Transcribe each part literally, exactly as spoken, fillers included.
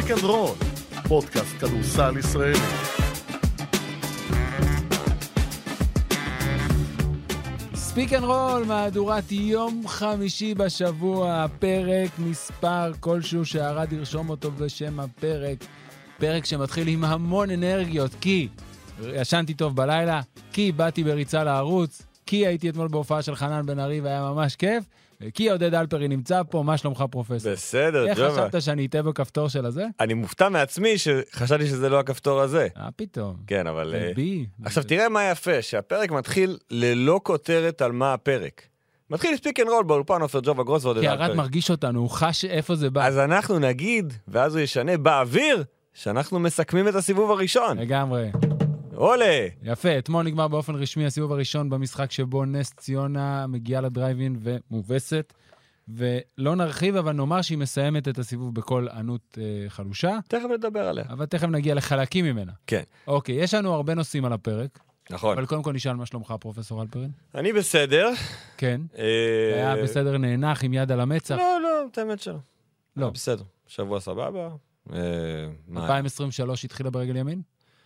פיק אנד רול, פודקאסט כדורסל ישראלי. פיק אנד רול, מהדורת יום חמישי בשבוע, פרק מספר כלשהו שהרד ירשום אותו בשם הפרק, פרק שמתחיל עם המון אנרגיות, כי ישנתי טוב בלילה, כי באתי בריצה לערוץ, כי הייתי אתמול בהופעה של חנן בן ארי והיה ממש כיף, כי עודד אלפרי נמצא פה. מה שלומך פרופסור? בסדר, איך ג'ובה. חשבת שאני אתן בכפתור של הזה? אני מופתע מעצמי שחשבתי שזה לא הכפתור הזה. אה, פתאום. כן, אבל... זה בי. עכשיו תראה מה יפה, שהפרק מתחיל ללא כותרת על מה הפרק. מתחיל ספיק אנד רול באולפן, עופר ג'ובה גרוס ועודד כי אלפרי. הרד מרגיש אותנו, הוא חש איפה זה בא. אז אנחנו נגיד, ואז הוא ישנה באוויר, שאנחנו מסכמים את הסיבוב הראשון. לגמרי. עולה! יפה, אתמול נגמר באופן רשמי הסיבוב הראשון במשחק שבו נס ציונה מגיעה לדרייבין ומובסת, ולא נרחיב, אבל נאמר שהיא מסיימת את הסיבוב בכל ענות אה, חלושה. תכף נדבר עליה. אבל תכף נגיע לחלקים ממנה. כן. אוקיי, יש לנו הרבה נושאים על הפרק. נכון. אבל קודם כל נשאל מה שלומך, פרופסור אלפרין. אני בסדר. כן. אה... היה בסדר נאנח עם יד על המצח. לא, לא, את האמת שלא. לא. בסדר. שבוע סבבה. אה... אלפיים עשרים ושלוש התחילה ברגל ימין?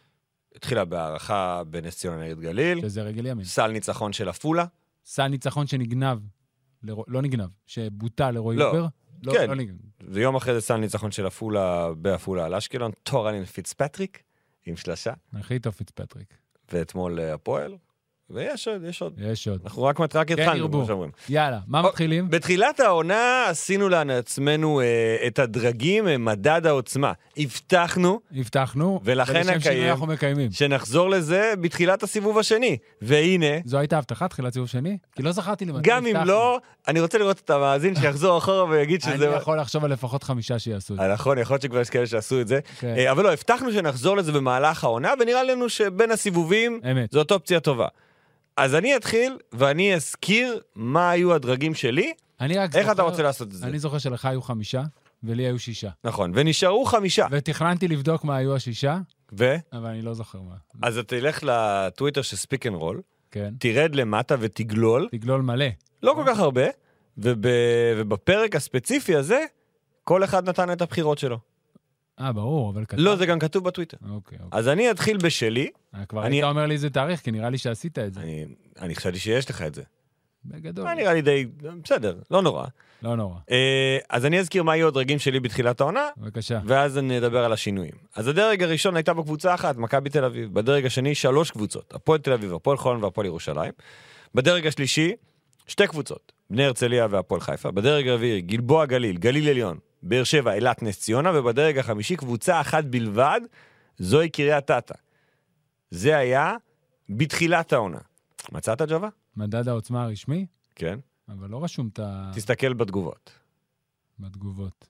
התחילה בהערכה בנס ציונה נגד גליל. שזה רגל ימין. סל ניצחון של אפולה. סל ניצחון שנגנב, לרו... לא נגנב, שבוטה לרועי לא. עובר. לא, כן. לא נגנב. ויום אחרי זה סל ניצחון של אפולה באפולה על אשקלון. טורלין פיצפטריק עם שלשה. הכי טוב פיצפטריק. ואתמול הפועל. ויש עוד, יש עוד. יש עוד. אנחנו רק רק התחלנו, כמו שאומרים. יאללה, מה מתחילים? בתחילת העונה עשינו לעצמנו אה, את הדרגים, אה, מדד העוצמה. הבטחנו, הבטחנו, ולכן ולשם שינוי נקיים, אנחנו מקיימים. שנחזור לזה בתחילת הסיבוב השני. והנה, זו הייתה הבטחה, תחילת סיבוב שני? כי לא זכרתי למתי גם אם לא, אני רוצה לראות את המאזין שיחזור אחורה ויגיד שזה... אני יכול לחשוב על לפחות חמישה שיעשו את זה. נכון, יכול להיות שכבר יש כאלה שעשו את זה. כן. אה, אבל לא, הבטחנו שנחזור לזה במהלך העונה, ונראה לנו שבין הסיבובים אמת. זאת אופציה טובה. אז אני אתחיל, ואני אזכיר מה היו הדרגים שלי. אני רק איך זוכר, אתה רוצה לעשות את זה? אני זוכר שלך היו חמישה, ולי היו שישה. נכון, ונשארו חמישה. ותכננתי לבדוק מה היו השישה, ו? אבל אני לא זוכר מה. אז אתה תלך לטוויטר של ספיק אנד רול, כן. תרד למטה ותגלול, תגלול מלא. לא כל כך הרבה, וב... ובפרק הספציפי הזה, כל אחד נתן את הבחירות שלו. אה, ברור, אבל כתב. לא, זה גם כתוב בטוויטר. אוקיי, אוקיי. אז אני אתחיל בשלי. כבר אני- היית אומר לי איזה תאריך, כי נראה לי שעשית את זה. אני, אני חשבתי שיש לך את זה. בגדול. מה נראה לי די... בסדר, לא נורא. לא נורא. אה, אז אני אזכיר מה היו הדרגים שלי בתחילת העונה, בבקשה. ואז אני אדבר על השינויים. אז הדרג הראשון הייתה בקבוצה אחת, מכבי תל אביב. בדרג השני, שלוש קבוצות. הפועל תל אביב, הפועל חולון והפועל ירושלים. בדרג השלישי, שתי קבוצות. בני הרצליה והפועל חיפה. בדרג הרביעי, גלבוע גליל, גליל עליון, באר שבע, אילת, נס ציונה. ובדרג החמישי, קבוצה אחת בלבד, זוהי קריית אתא. זה היה בתחילת העונה. מצאת, ג'ובה? מדד העוצמה הרשמי, כן. אבל לא רשום את ה... תסתכל בתגובות. בתגובות.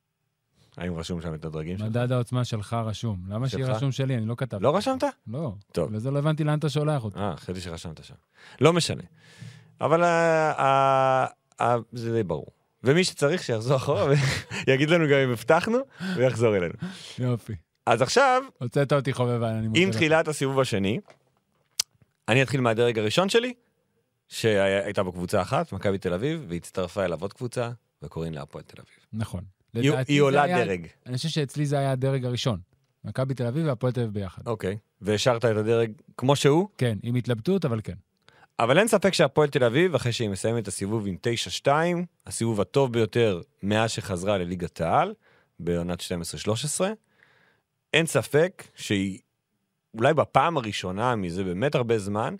האם רשום שם את הדרגים שלך? מדד העוצמה שלך רשום. למה שיהיה שלך? רשום שלי? אני לא כתבתי. לא רשמת? לא. טוב. לזה לא הבנתי לאן אתה שולח אותי. אה, חשבתי שרשמת שם. לא משנה. אבל אה, אה, אה, זה די ברור. ומי שצריך שיחזור אחורה ויגיד לנו גם אם הבטחנו, ויחזור אלינו. יופי. אז עכשיו, הוצאת אותי חובבה, אני מודה עם לך. תחילת הסיבוב השני, אני אתחיל מהדרג הראשון שלי, שהייתה בקבוצה אחת, מכבי תל אביב, והצטרפה אליו עוד קבוצה, וקוראים לה הפועל תל אביב. נכון. היא- לדעתי היא זה עולה היה- דרג. אני חושב שאצלי זה היה הדרג הראשון. מכבי תל אביב והפועל תל אביב ביחד. אוקיי. והשארת את הדרג כמו שהוא, כן, עם התלבטות, אבל כן. אבל אין ספק שהפועל תל אביב, אחרי שהיא מסיימת את הסיבוב עם תשע שתיים, הסיבוב הטוב ביותר מאז שחזרה לליגת העל, בעונת שתים עשרה שלוש עשרה, אין ספק שהיא, אולי בפעם הראשונה, מזה באמת הרבה זמן,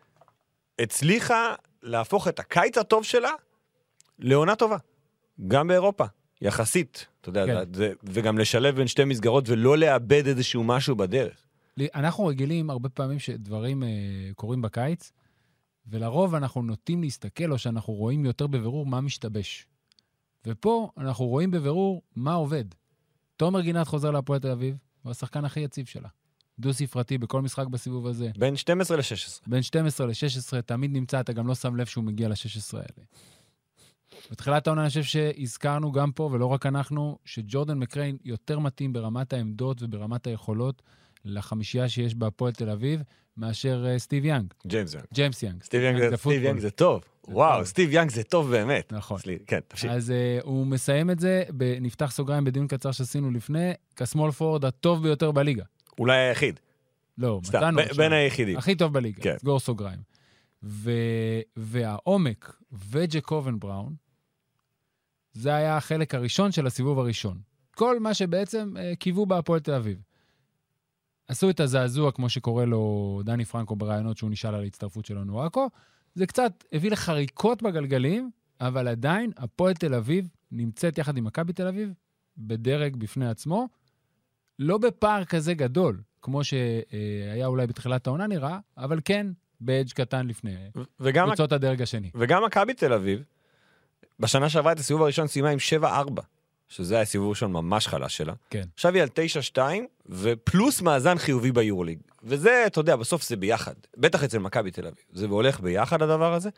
הצליחה להפוך את הקיץ הטוב שלה לעונה טובה. גם באירופה, יחסית, אתה יודע, כן. זה, וגם לשלב בין שתי מסגרות ולא לאבד איזשהו משהו בדרך. לי- אנחנו רגילים הרבה פעמים שדברים אה, קורים בקיץ, ולרוב אנחנו נוטים להסתכל, או שאנחנו רואים יותר בבירור מה משתבש. ופה אנחנו רואים בבירור מה עובד. תומר גינת חוזר להפועל תל אביב, הוא השחקן הכי יציב שלה. דו ספרתי בכל משחק בסיבוב הזה. בין שתים עשרה ל-שש עשרה. בין שתים עשרה ל-שש עשרה, תמיד נמצא, אתה גם לא שם לב שהוא מגיע ל-שש עשרה האלה. בתחילת העונה אני חושב שהזכרנו גם פה, ולא רק אנחנו, שג'ורדן מקריין יותר מתאים ברמת העמדות וברמת היכולות לחמישייה שיש בהפועל תל אביב, מאשר uh, סטיב יאנג. ג'יימס יאנג. ג'יימס יאנג. סטיב יאנג, סטיב יאנג זה טוב. וואו, סטיב יאנג זה טוב באמת. נכון. כן, תמשיך. אז uh, הוא מסיים את זה, נפתח סוגריים בדיון קצר שעשינו לפני, כסמול פורד הטוב ביותר בליגה. אולי היחיד. לא, סתם, מצאנו. ב- בין היחידים. הכי טוב בליגה, כן. סגור סוגריים. ו... והעומק וג'קובן בראון, זה היה החלק הראשון של הסיבוב הראשון. כל מה שבעצם uh, קיוו בהפועל תל אביב. עשו את הזעזוע, כמו שקורא לו דני פרנקו ברעיונות שהוא נשאל על ההצטרפות שלו נואקו. זה קצת הביא לחריקות בגלגלים, אבל עדיין הפועל תל אביב נמצאת יחד עם מכבי תל אביב בדרג בפני עצמו, לא בפער כזה גדול, כמו שהיה אולי בתחילת העונה נראה, אבל כן באדג' קטן לפני וגם קבוצות הדרג השני. וגם מכבי תל אביב, בשנה שעברה את הסיבוב הראשון סיימה עם שבע ארבע, שזה היה סיבוב ראשון ממש חלש שלה. כן. עכשיו היא על תשע שתיים, ופלוס מאזן חיובי ביורוליג. וזה, אתה יודע, בסוף זה ביחד. בטח אצל מכבי תל אביב. זה הולך ביחד הדבר הזה.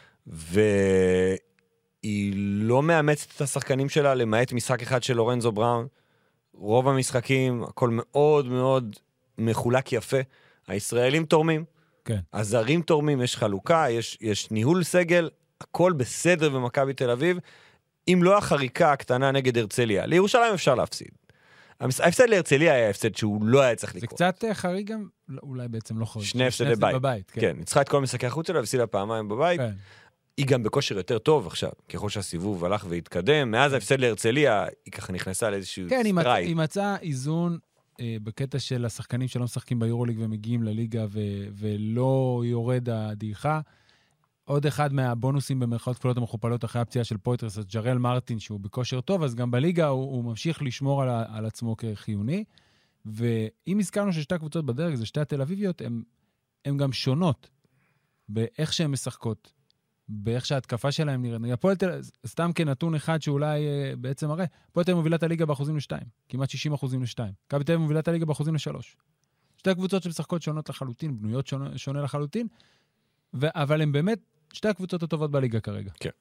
והיא לא מאמצת את השחקנים שלה, למעט משחק אחד של לורנזו בראון. רוב המשחקים, הכל מאוד מאוד מחולק יפה. הישראלים תורמים. כן. הזרים תורמים, יש חלוקה, יש, יש ניהול סגל, הכל בסדר במכבי תל אביב. אם לא החריקה הקטנה נגד הרצליה, לירושלים אפשר להפסיד. ההפסד להרצליה היה הפסד שהוא לא היה צריך לקרות. זה קצת חריג גם, אולי בעצם לא חריג. שני הפסדי בית. בבית, כן. כן, ניצחה את כל משחקי החוץ שלה, הפסידה פעמיים בבית. כן. היא גם בכושר יותר טוב עכשיו, ככל שהסיבוב הלך והתקדם. מאז ההפסד להרצליה, היא ככה נכנסה לאיזשהו כן, סטרייט. היא מצאה איזון אה, בקטע של השחקנים שלא משחקים ביורוליג ומגיעים לליגה ו- ולא יורד הדעיכה. עוד אחד מהבונוסים במרכאות כפולות המכופלות אחרי הפציעה של פויטרס, אז ג'רל מרטין, שהוא בכושר טוב, אז גם בליגה הוא, הוא ממשיך לשמור על, ה- על עצמו כחיוני. ואם הזכרנו ששתי הקבוצות בדרג, זה שתי התל אביביות, הן גם שונות באיך שהן משחקות, באיך שההתקפה שלהם נראית. הפועל תל, סתם כנתון אחד שאולי אה, בעצם מראה, הפועל תל מובילה את הליגה באחוזים לשתיים, כמעט שישים אחוזים לשתיים. מכבי תל מובילה את הליגה באחוזים לשלוש. שתי הקבוצות שמשחקות שונות לחלוטין, בנויות שונה, שונה לחלוטין, ו- אבל הן באמת שתי הקבוצות הטובות בליגה כרגע. כן.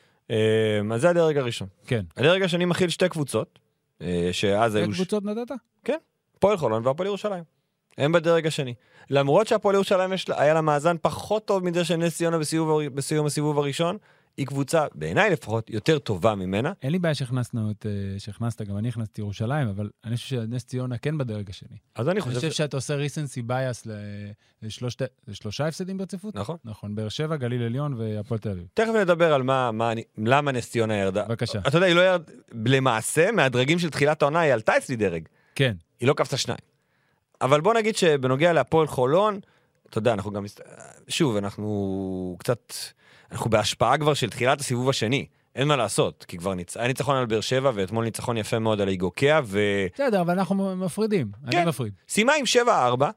אז זה הדרג הראשון. כן. הדרג השני מכיל שתי קבוצות, שאז היו... שתי קבוצות נתת? כן. הפועל חולון והפועל ירושלים. הם בדרג השני. למרות שהפועל ירושלים היה לה מאזן פחות טוב מזה של נס ציונה בסיום הסיבוב הראשון, היא קבוצה, בעיניי לפחות, יותר טובה ממנה. אין לי בעיה שהכנסנו את, שהכנסת, גם אני הכנסתי ירושלים, אבל אני חושב שנס ציונה כן בדרג השני. אז אני חושב... אני חושב שאתה עושה ריסנסי בייס לשלושה הפסדים ברציפות? נכון. נכון, באר שבע, גליל עליון והפועל תל אביב. תכף נדבר על מה, מה, למה נס ציונה ירדה. בבקשה. אתה יודע, היא לא ירד, למעשה, מהדרגים של תחילת העונה, היא עלתה אצלי דרג. כן. היא לא קפצה שניים. אבל בוא נגיד שבנוגע להפועל חולון, אתה יודע, אנחנו גם... שוב, אנחנו קצת... אנחנו בהשפעה כבר של תחילת הסיבוב השני. אין מה לעשות, כי כבר ניצ... היה ניצחון על באר שבע, ואתמול ניצחון יפה מאוד על איגוקיה, ו... בסדר, אבל אנחנו מפרידים. כן. אני מפריד. סיימה עם שבע ארבע,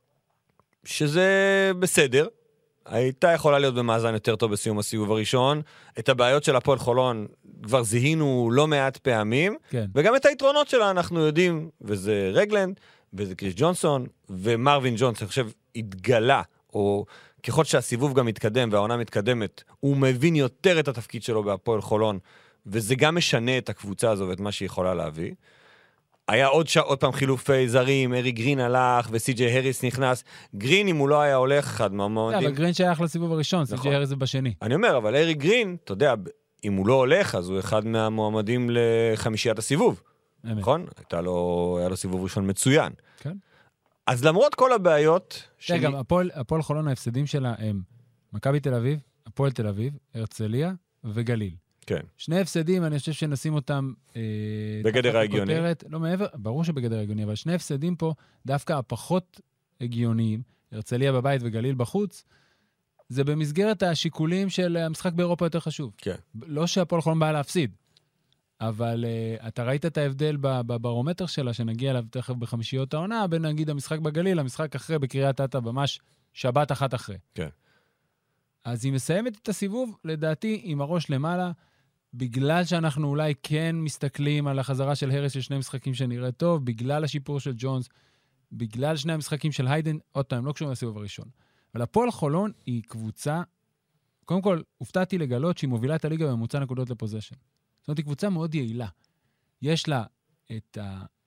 שזה בסדר. הייתה יכולה להיות במאזן יותר טוב בסיום הסיבוב הראשון. את הבעיות של הפועל חולון כבר זיהינו לא מעט פעמים, כן. וגם את היתרונות שלה אנחנו יודעים, וזה רגלנד, וזה קריס ג'ונסון, ומרווין ג'ונס, אני חושב, התגלה, או ככל שהסיבוב גם מתקדם, והעונה מתקדמת, הוא מבין יותר את התפקיד שלו בהפועל חולון, וזה גם משנה את הקבוצה הזו, ואת מה שהיא יכולה להביא. היה עוד, ש... עוד פעם חילופי זרים, ארי גרין הלך, וסי.ג'יי הריס נכנס. גרין, אם הוא לא היה הולך, אחד מהמועמדים... אבל גרין שייך לסיבוב הראשון, סי.ג'יי הריס זה בשני. אני אומר, אבל ארי גרין, אתה יודע, אם הוא לא הולך, אז הוא אחד מהמועמדים לחמישיית הסיבוב. נכון? הייתה לו, היה לו סיבוב ראשון מצוין. כן. אז למרות כל הבעיות... שלי... גם הפועל, הפועל חולון, ההפסדים שלה הם מכבי תל אביב, הפועל תל אביב, הרצליה וגליל. כן. שני הפסדים, אני חושב שנשים אותם... אה, בגדר ההגיוני. לא מעבר, ברור שבגדר ההגיוני, אבל שני הפסדים פה, דווקא הפחות הגיוניים, הרצליה בבית וגליל בחוץ, זה במסגרת השיקולים של המשחק באירופה יותר חשוב. כן. לא שהפועל חולון בא להפסיד, אבל uh, אתה ראית את ההבדל בברומטר שלה, שנגיע אליו תכף בחמישיות העונה, בין נגיד המשחק בגליל, המשחק אחרי בקריית אתא, ממש שבת אחת אחרי. כן. אז היא מסיימת את הסיבוב, לדעתי, עם הראש למעלה, בגלל שאנחנו אולי כן מסתכלים על החזרה של הריס של שני משחקים שנראה טוב, בגלל השיפור של ג'ונס, בגלל שני המשחקים של היידן, עוד פעם, לא קשורים לסיבוב הראשון. אבל הפועל חולון היא קבוצה, קודם כל, הופתעתי לגלות שהיא מובילה את הליגה בממוצע נקודות לפוזיישן. זאת אומרת, היא קבוצה מאוד יעילה. יש לה את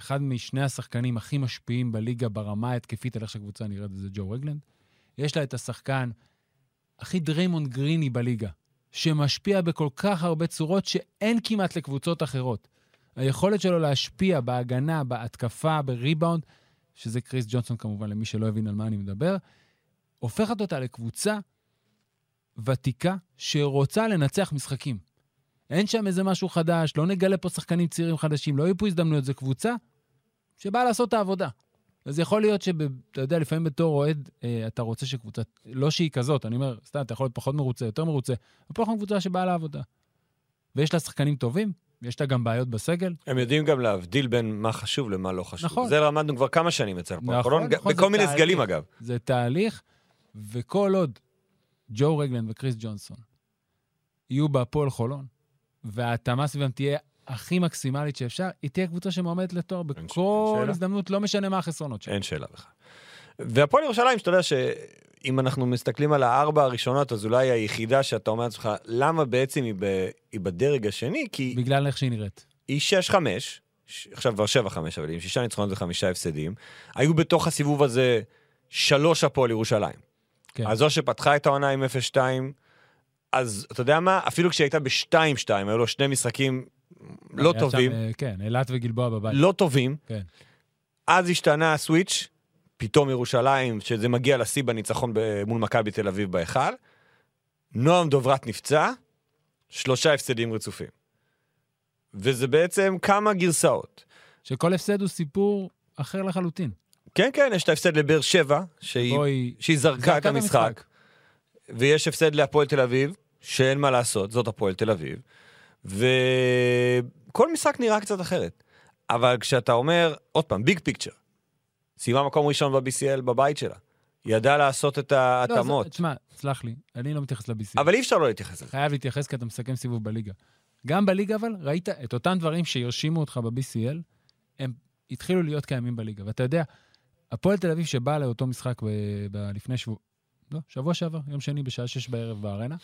אחד משני השחקנים הכי משפיעים בליגה ברמה ההתקפית, על איך שהקבוצה נראית, זה ג'ו רגלנד. יש לה את השחקן הכי דריימונד גריני בליגה, שמשפיע בכל כך הרבה צורות שאין כמעט לקבוצות אחרות. היכולת שלו להשפיע בהגנה, בהתקפה, בריבאונד, שזה קריס ג'ונסון כמובן, למי שלא הבין על מה אני מדבר, הופכת אותה לקבוצה ותיקה שרוצה לנצח משחקים. אין שם איזה משהו חדש, לא נגלה פה שחקנים צעירים חדשים, לא יהיו פה הזדמנויות, זה קבוצה שבאה לעשות את העבודה. אז יכול להיות שאתה יודע, לפעמים בתור אוהד, אה, אתה רוצה שקבוצה, לא שהיא כזאת, אני אומר, סתם, אתה יכול להיות פחות מרוצה, יותר מרוצה, אבל פה קבוצה שבאה לעבודה. ויש לה שחקנים טובים, ויש לה גם בעיות בסגל. הם יודעים גם להבדיל בין מה חשוב למה לא חשוב. נכון. זה למדנו כבר כמה שנים אצל פה. נכון, נכון. בכל מיני סגלים אגב. זה תהליך, וכל עוד ג'ו רגלנד וקריס ג'ונסון יהיו בהפועל חולון, וההתאמה סביבם תהיה הכי מקסימלית שאפשר, היא תהיה קבוצה שמועמדת לתואר בכל הזדמנות, לא משנה מה החסרונות שלה. אין שאלה בכלל. והפועל ירושלים, שאתה יודע שאם אנחנו מסתכלים על הארבע הראשונות, אז אולי היחידה שאתה אומר לעצמך, למה בעצם היא, ב... היא בדרג השני? כי... בגלל איך שהיא נראית. היא שש חמש, עכשיו כבר שבע חמש, אבל עם שישה ניצחונות וחמישה הפסדים, היו בתוך הסיבוב הזה שלוש הפועל ירושלים. כן. אז זו שפתחה את העונה עם אפס שתיים, אז אתה יודע מה? אפילו כשהייתה ב-שתיים שתיים, היו לו שני משחקים לא טובים. שם, כן, אילת וגלבוע בבית. לא טובים. כן. אז השתנה הסוויץ', פתאום ירושלים, שזה מגיע לשיא בניצחון מול מכבי תל אביב בהיכל. נועם דוברת נפצע, שלושה הפסדים רצופים. וזה בעצם כמה גרסאות. שכל הפסד הוא סיפור אחר לחלוטין. כן, כן, יש את ההפסד לבאר שבע, שהיא, היא... שהיא זרקה את המשחק. המשחק. ויש הפסד להפועל תל אביב, שאין מה לעשות, זאת הפועל תל אביב. וכל משחק נראה קצת אחרת. אבל כשאתה אומר, עוד פעם, ביג פיקצ'ר, סיימה מקום ראשון ב-בי סי אל בבית שלה. היא ידעה לעשות את ההתאמות. לא, תשמע, סלח לי, אני לא מתייחס ל-בי סי אל. אבל אי אפשר לא להתייחס לזה. חייב להתייחס כי אתה מסכם סיבוב בליגה. גם בליגה אבל, ראית את אותם דברים שירשימו אותך ב-בי סי אל, הם התחילו להיות קיימים בליגה. ואתה יודע, הפועל תל אביב שבא לאותו משחק ב- ב- לפני שבוע, לא, שבוע שעבר, יום שני בשעה שש בערב בארנה,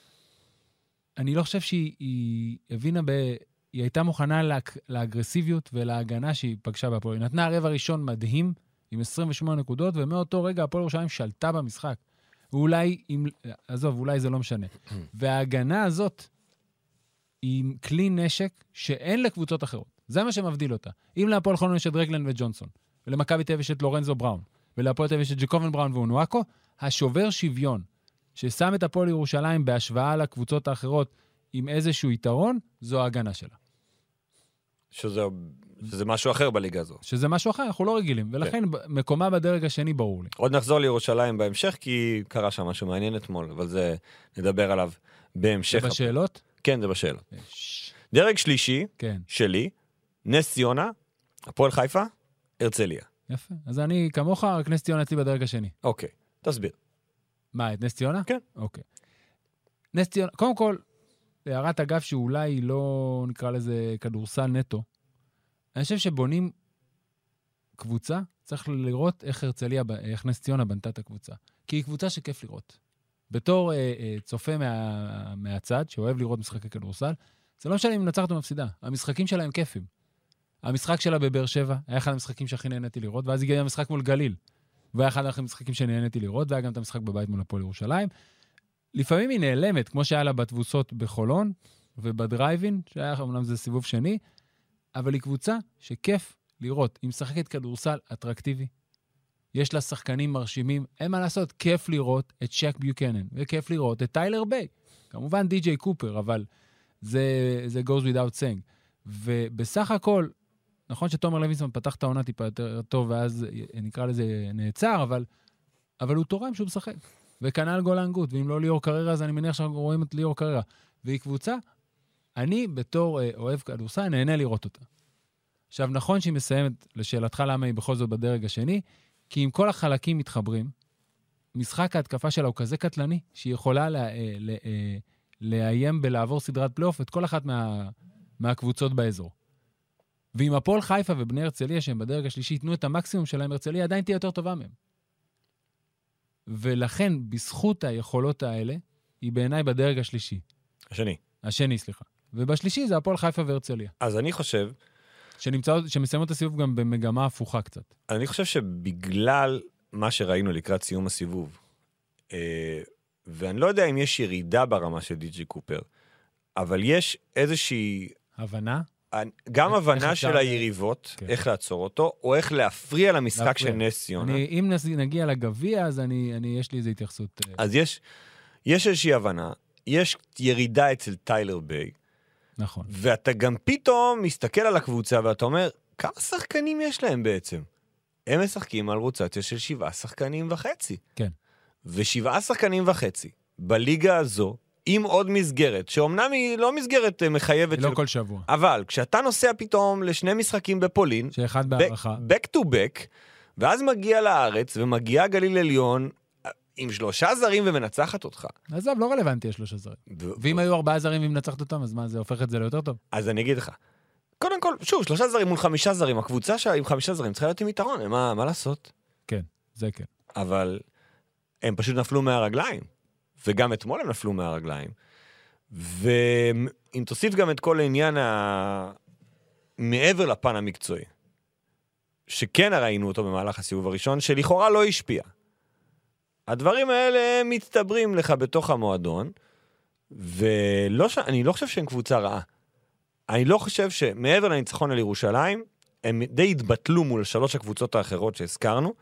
אני לא חושב שהיא היא הבינה, ב, היא הייתה מוכנה לה, לאגרסיביות ולהגנה שהיא פגשה בהפועל. היא נתנה רבע ראשון מדהים, עם עשרים ושמונה נקודות, ומאותו רגע הפועל ירושלים שלטה במשחק. ואולי, עם, עזוב, אולי זה לא משנה. וההגנה הזאת, היא כלי נשק שאין לקבוצות אחרות. זה מה שמבדיל אותה. אם להפועל חולון יש את רגלנד וג'ונסון, ולמכבי תל אביב יש את לורנזו בראון, ולהפועל תל אביב יש את ג'קובן בראון ואונואקו, השובר שוויון, ששם את הפועל ירושלים בהשוואה לקבוצות האחרות עם איזשהו יתרון, זו ההגנה שלה. שזה, שזה משהו אחר בליגה הזו. שזה משהו אחר, אנחנו לא רגילים, ולכן כן. מקומה בדרג השני ברור לי. עוד נחזור לירושלים בהמשך, כי קרה שם משהו מעניין אתמול, אבל זה נדבר עליו בהמשך. זה בשאלות? כן, זה בשאלות. ש... דרג שלישי, כן. שלי, נס ציונה, הפועל חיפה, הרצליה. יפה. אז אני כמוך, רק נס ציונה אצלי בדרג השני. אוקיי, תסביר. מה, את נס ציונה? כן. אוקיי. נס ציונה, קודם כל, הערת אגב שאולי לא נקרא לזה כדורסל נטו, אני חושב שבונים קבוצה, צריך לראות איך הרצליה, איך נס ציונה בנתה את הקבוצה. כי היא קבוצה שכיף לראות. בתור אה, אה, צופה מה, מהצד, שאוהב לראות משחקי כדורסל, זה לא משנה אם נצחת או מפסידה. המשחקים שלה הם כיפים. המשחק שלה בבאר שבע היה אחד המשחקים שהכי נהניתי לראות, ואז הגיע המשחק מול גליל. והיה אחד המשחקים שנהניתי לראות, והיה גם את המשחק בבית מול הפועל ירושלים. לפעמים היא נעלמת, כמו שהיה לה בתבוסות בחולון, ובדרייבין, שהיה אומנם זה סיבוב שני, אבל היא קבוצה שכיף לראות. היא משחקת כדורסל אטרקטיבי. יש לה שחקנים מרשימים. אין מה לעשות, כיף לראות את שק ביוקנן, וכיף לראות את טיילר ביי. כמובן די-ג'יי קופר, אבל זה, זה goes without saying. ובסך הכל, נכון שתומר לוינסון פתח את העונה טיפה יותר טוב, ואז נקרא לזה נעצר, אבל, אבל הוא תורם שהוא משחק. וכנ"ל גולן גוט, ואם לא ליאור קריירה, אז אני מניח שאנחנו רואים את ליאור קריירה. והיא קבוצה, אני בתור אה, אוהב כדורסל, נהנה לראות אותה. עכשיו, נכון שהיא מסיימת, לשאלתך למה היא בכל זאת בדרג השני, כי אם כל החלקים מתחברים, משחק ההתקפה שלה הוא כזה קטלני, שהיא יכולה לה, אה, לה, אה, לאיים בלעבור סדרת פלייאוף את כל אחת מה, מהקבוצות באזור. ואם הפועל חיפה ובני הרצליה, שהם בדרג השלישי, יתנו את המקסימום שלהם, הרצליה עדיין תהיה יותר טובה מהם. ולכן, בזכות היכולות האלה, היא בעיניי בדרג השלישי. השני. השני, סליחה. ובשלישי זה הפועל חיפה והרצליה. אז אני חושב שנמצאות, שמסיימות את הסיבוב גם במגמה הפוכה קצת. אני חושב שבגלל מה שראינו לקראת סיום הסיבוב, אה, ואני לא יודע אם יש ירידה ברמה של די.ג'יי קופר, אבל יש איזושהי... הבנה? גם איך, הבנה איך של היריבות, כן. איך לעצור אותו, או איך להפריע למשחק להפריע. של נס ציונה. אני, אם נגיע לגביע, אז אני, אני, יש לי איזו התייחסות. אז יש, יש איזושהי הבנה, יש ירידה אצל טיילר ביי, נכון. ואתה גם פתאום מסתכל על הקבוצה, ואתה אומר, כמה שחקנים יש להם בעצם? הם משחקים על רוטציה של שבעה שחקנים וחצי. כן. ושבעה שחקנים וחצי, בליגה הזו, עם עוד מסגרת, שאומנם היא לא מסגרת מחייבת לא של... כל שבוע. אבל כשאתה נוסע פתאום לשני משחקים בפולין, שאחד בהערכה. back to back, ואז מגיע לארץ, ומגיע גליל עליון, עם שלושה זרים ומנצחת אותך. עזוב, לא רלוונטי יש שלושה זרים. ואם היו ארבעה זרים ומנצחת אותם, אז מה, זה הופך את זה ליותר טוב? אז אני אגיד לך, קודם כל, שוב, שלושה זרים מול חמישה זרים, הקבוצה עם חמישה זרים צריכה להיות עם יתרון, מה, מה לעשות? כן, זה כן. אבל הם פשוט נפלו מהרגליים, וגם אתמול הם נפלו מהרגליים. ואם תוסיף גם את כל העניין ה... מעבר לפן המקצועי, שכן ראינו אותו במהלך הסיבוב הראשון, שלכאורה לא השפיע. הדברים האלה מצטברים לך בתוך המועדון, ואני לא חושב שהם קבוצה רעה. אני לא חושב שמעבר לניצחון על ירושלים, הם די התבטלו מול שלוש הקבוצות האחרות שהזכרנו,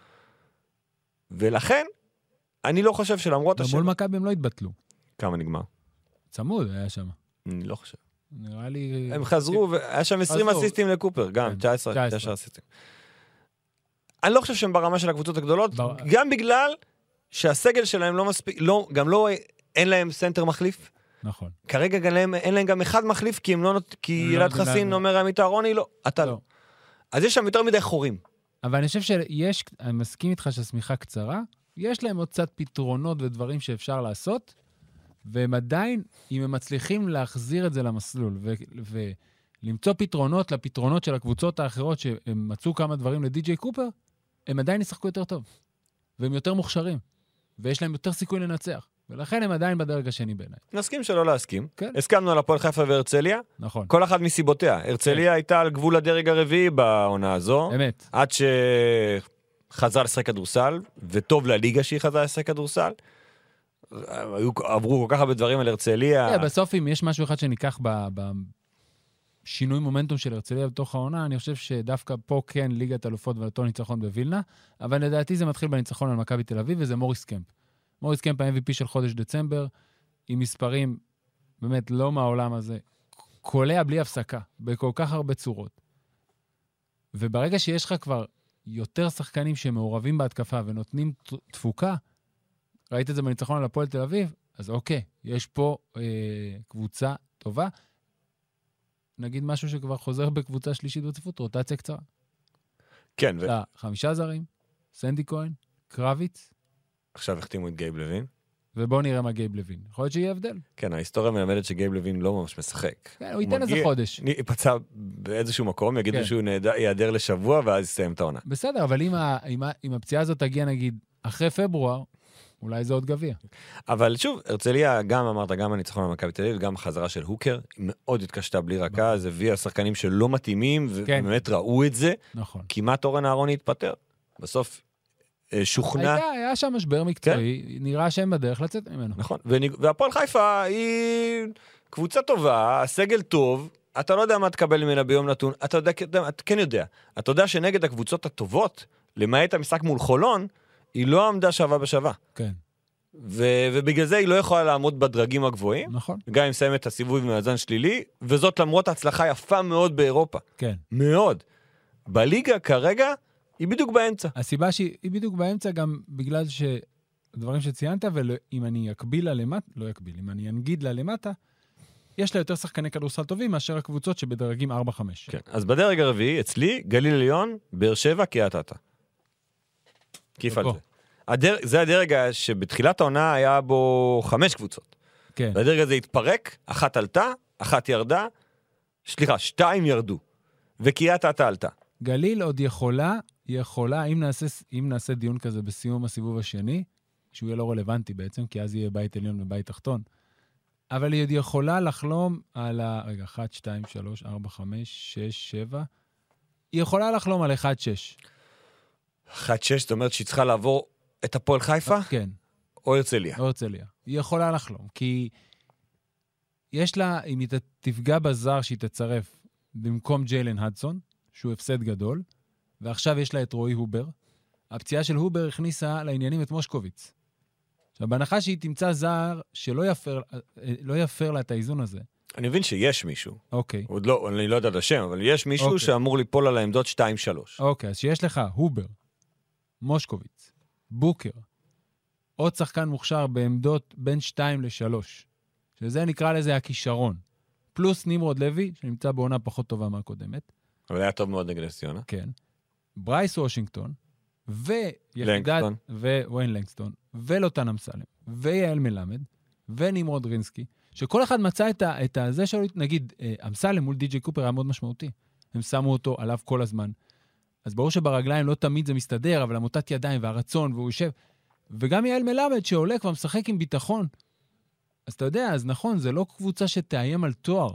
ולכן אני לא חושב שלמרות השם... מול מכבי הם לא התבטלו. כמה נגמר? צמוד היה שם. אני לא חושב. נראה לי... הם חזרו, והיה שם עשרים אסיסטים לקופר, גם, תשע עשרה אסיסטים. אני לא חושב שהם ברמה של הקבוצות הגדולות, גם בגלל שהסגל שלהם לא מספיק, גם לא, אין להם סנטר מחליף. נכון. כרגע אין להם גם אחד מחליף, כי כי ילד חסין אומר עמית אהרוני, לא, אתה לא. אז יש שם יותר מדי חורים. אבל אני חושב שיש, אני מסכים איתך שהסמיכה קצרה, יש להם עוד קצת פתרונות ודברים שאפשר לעשות, והם עדיין, אם הם מצליחים להחזיר את זה למסלול, ו- ולמצוא פתרונות לפתרונות של הקבוצות האחרות, שהם מצאו כמה דברים לדי.ג'יי קופר, הם עדיין ישחקו יותר טוב. והם יותר מוכשרים. ויש להם יותר סיכוי לנצח. ולכן הם עדיין בדרג השני בעיניי. נסכים שלא להסכים. כן. הסכמנו על הפועל חיפה והרצליה. נכון. כל אחת מסיבותיה. הרצליה כן. הייתה על גבול הדרג הרביעי בעונה הזו. אמת. עד שחזרה לשחק כדורסל, וטוב לליגה שהיא חזרה לשחק כדורסל. היו, עברו כל כך הרבה דברים על הרצליה. כן, בסוף אם יש משהו אחד שניקח בשינוי מומנטום של הרצליה בתוך העונה, אני חושב שדווקא פה כן ליגת אלופות ואותו ניצחון בווילנה, אבל לדעתי זה מתחיל בניצחון על מכבי תל אביב, וזה מוריס קמפ. מוריס קמפ ה-אם וי פי של חודש דצמבר, עם מספרים באמת לא מהעולם הזה, קולע בלי הפסקה, בכל כך הרבה צורות. וברגע שיש לך כבר יותר שחקנים שמעורבים בהתקפה ונותנים תפוקה, ראית את זה בניצחון על הפועל תל אביב, אז אוקיי, יש פה אה, קבוצה טובה. נגיד משהו שכבר חוזר בקבוצה שלישית ברציפות, רוטציה קצרה. כן. ו... חמישה זרים, סנדי כהן, קרביץ. עכשיו החתימו את גייב לוין. ובואו נראה מה גייב לוין. יכול להיות שיהיה הבדל. כן, ההיסטוריה מלמדת שגייב לוין לא ממש משחק. כן, הוא ייתן איזה חודש. פצע באיזשהו מקום, יגידו שהוא ייעדר לשבוע, ואז יסיים את העונה. בסדר, אבל אם הפציעה הזאת תגיע, נגיד, אחרי פברואר, אולי זה עוד גביע. אבל שוב, הרצליה, גם אמרת, גם הניצחון על מכבי תל אביב, גם החזרה של הוקר, היא מאוד התקשתה בלי רכז, הביאה שחקנים שלא מתאימים, ובאמת ראו את זה. נכון. כמעט אורן אהרוני התפטר. בסוף שוכנע... הייתה, היה שם משבר מקצועי, נראה שהם בדרך לצאת ממנו. נכון, והפועל חיפה היא קבוצה טובה, הסגל טוב, אתה לא יודע מה תקבל ממנה ביום נתון, אתה יודע, אתה כן יודע. אתה יודע שנגד הקבוצות הטובות, למעט המשחק מול חולון, היא לא עמדה שווה בשווה. כן. ו- ובגלל זה היא לא יכולה לעמוד בדרגים הגבוהים. נכון. גם אם סיים את הסיבוב במאזן שלילי, וזאת למרות ההצלחה יפה מאוד באירופה. כן. מאוד. בליגה כרגע היא בדיוק באמצע. הסיבה שהיא בדיוק באמצע גם בגלל שדברים שציינת, ואם אני אקביל לה למטה, לא אקביל, אם אני אנגיד לה למטה, יש לה יותר שחקני כדורסל טובים מאשר הקבוצות שבדרגים ארבע חמש. כן. אז בדרג הרביעי, אצלי, גליל עליון, באר שבע, קריית אתא. כיף על זה. הדר... זה הדרג שבתחילת העונה היה בו חמש קבוצות. כן. והדרג הזה התפרק, אחת עלתה, אחת ירדה, סליחה, שתיים ירדו. וקריית אתא עלתה. גליל עוד יכולה, יכולה, אם נעשה, אם נעשה דיון כזה בסיום הסיבוב השני, שהוא יהיה לא רלוונטי בעצם, כי אז יהיה בית עליון ובית תחתון, אבל היא עוד יכולה לחלום על ה... רגע, אחת, שתיים, שלוש, ארבע, חמש, שש, שבע, היא יכולה לחלום על אחד שש. אחת שש, זאת אומרת שהיא צריכה לעבור את הפועל חיפה? כן. או הרצליה? או הרצליה. היא יכולה לחלום, כי יש לה, אם היא תפגע בזר שהיא תצרף במקום ג'יילן הדסון, שהוא הפסד גדול, ועכשיו יש לה את רועי הובר, הפציעה של הובר הכניסה לעניינים את מושקוביץ. עכשיו, בהנחה שהיא תמצא זר שלא יפר, לא יפר לה את האיזון הזה. אני מבין שיש מישהו. אוקיי. עוד לא, אני לא יודע את השם, אבל יש מישהו אוקיי. שאמור ליפול על העמדות שתיים שלוש. אוקיי, אז שיש לך הובר, מושקוביץ, בוקר, עוד שחקן מוכשר בעמדות בין שתיים לשלוש, שזה נקרא לזה הכישרון, פלוס נמרוד לוי, שנמצא בעונה פחות טובה מהקודמת. אבל היה טוב מאוד נגד נס ציונה. כן. ברייס וושינגטון, ויחידת, לנגסטון. וויין לנגסטון, ולוטן אמסלם, ויעל מלמד, ונמרוד רינסקי, שכל אחד מצא את, ה, את הזה שלו, נגיד, אמסלם מול די.ג'יי קופר היה מאוד משמעותי. הם שמו אותו עליו כל הזמן. אז ברור שברגליים לא תמיד זה מסתדר, אבל המוטת ידיים והרצון, והוא יושב. וגם יעל מלמד שעולה כבר משחק עם ביטחון. אז אתה יודע, אז נכון, זה לא קבוצה שתאיים על תואר.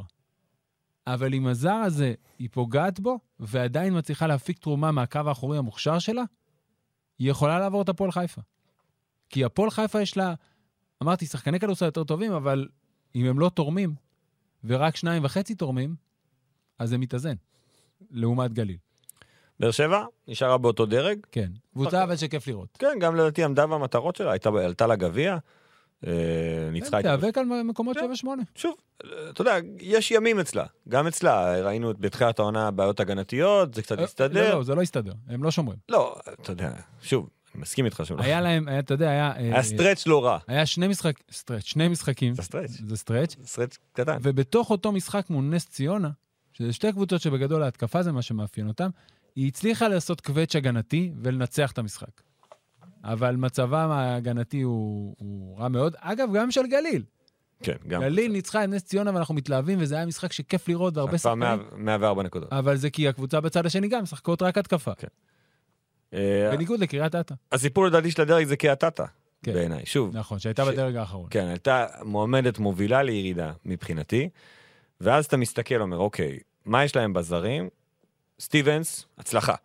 אבל עם הזר הזה, היא פוגעת בו, ועדיין מצליחה להפיק תרומה מהקו האחורי המוכשר שלה, היא יכולה לעבור את הפועל חיפה. כי הפועל חיפה יש לה, אמרתי, שחקני כדורסל יותר טובים, אבל אם הם לא תורמים, ורק שניים וחצי תורמים, אז זה מתאזן, לעומת גליל. באר שבע, נשארה באותו דרג. כן, קבוצה אבל שכיף לראות. כן, גם לדעתי עמדה במטרות שלה, הייתה, עלתה לגביע, ניצחה את... תיאבק על מקומות שבע שמונה. שוב, אתה יודע, יש ימים אצלה, גם אצלה, ראינו את בתחילת העונה בעיות הגנתיות, זה קצת הסתדר. לא, לא, זה לא הסתדר, הם לא שומרים. לא, אתה יודע, שוב, אני מסכים איתך שוב. היה להם, אתה יודע, היה... היה סטרץ' לא רע. היה שני משחק, סטרץ', שני משחקים. זה סטרץ'. זה סטרץ'. סטרץ' קטן. ובתוך אותו משחק מול נס ציונה, שזה שתי קבוצות שבגדול ההתקפה זה מה שמאפיין אותם, היא הצליחה לעשות קווץ' הגנתי ולנצח את המשחק. אבל מצבם ההגנתי הוא, הוא רע מאוד. אגב, גם של גליל. כן, גם. גליל ניצחה את נס ציונה ואנחנו מתלהבים, וזה היה משחק שכיף לראות והרבה שחקנים. מאה וארבע נקודות. אבל זה כי הקבוצה בצד השני גם, משחקות רק התקפה. כן. בניגוד לקריית אתא. הסיפור לדעתי של הדרג זה קריית אתא, בעיניי. שוב. נכון, שהייתה בדרג האחרון. כן, הייתה מועמדת מובילה לירידה מבחינתי, ואז אתה מסתכל, אומר, אוקיי, מה יש להם בזרים? סטיבנס, הצלחה.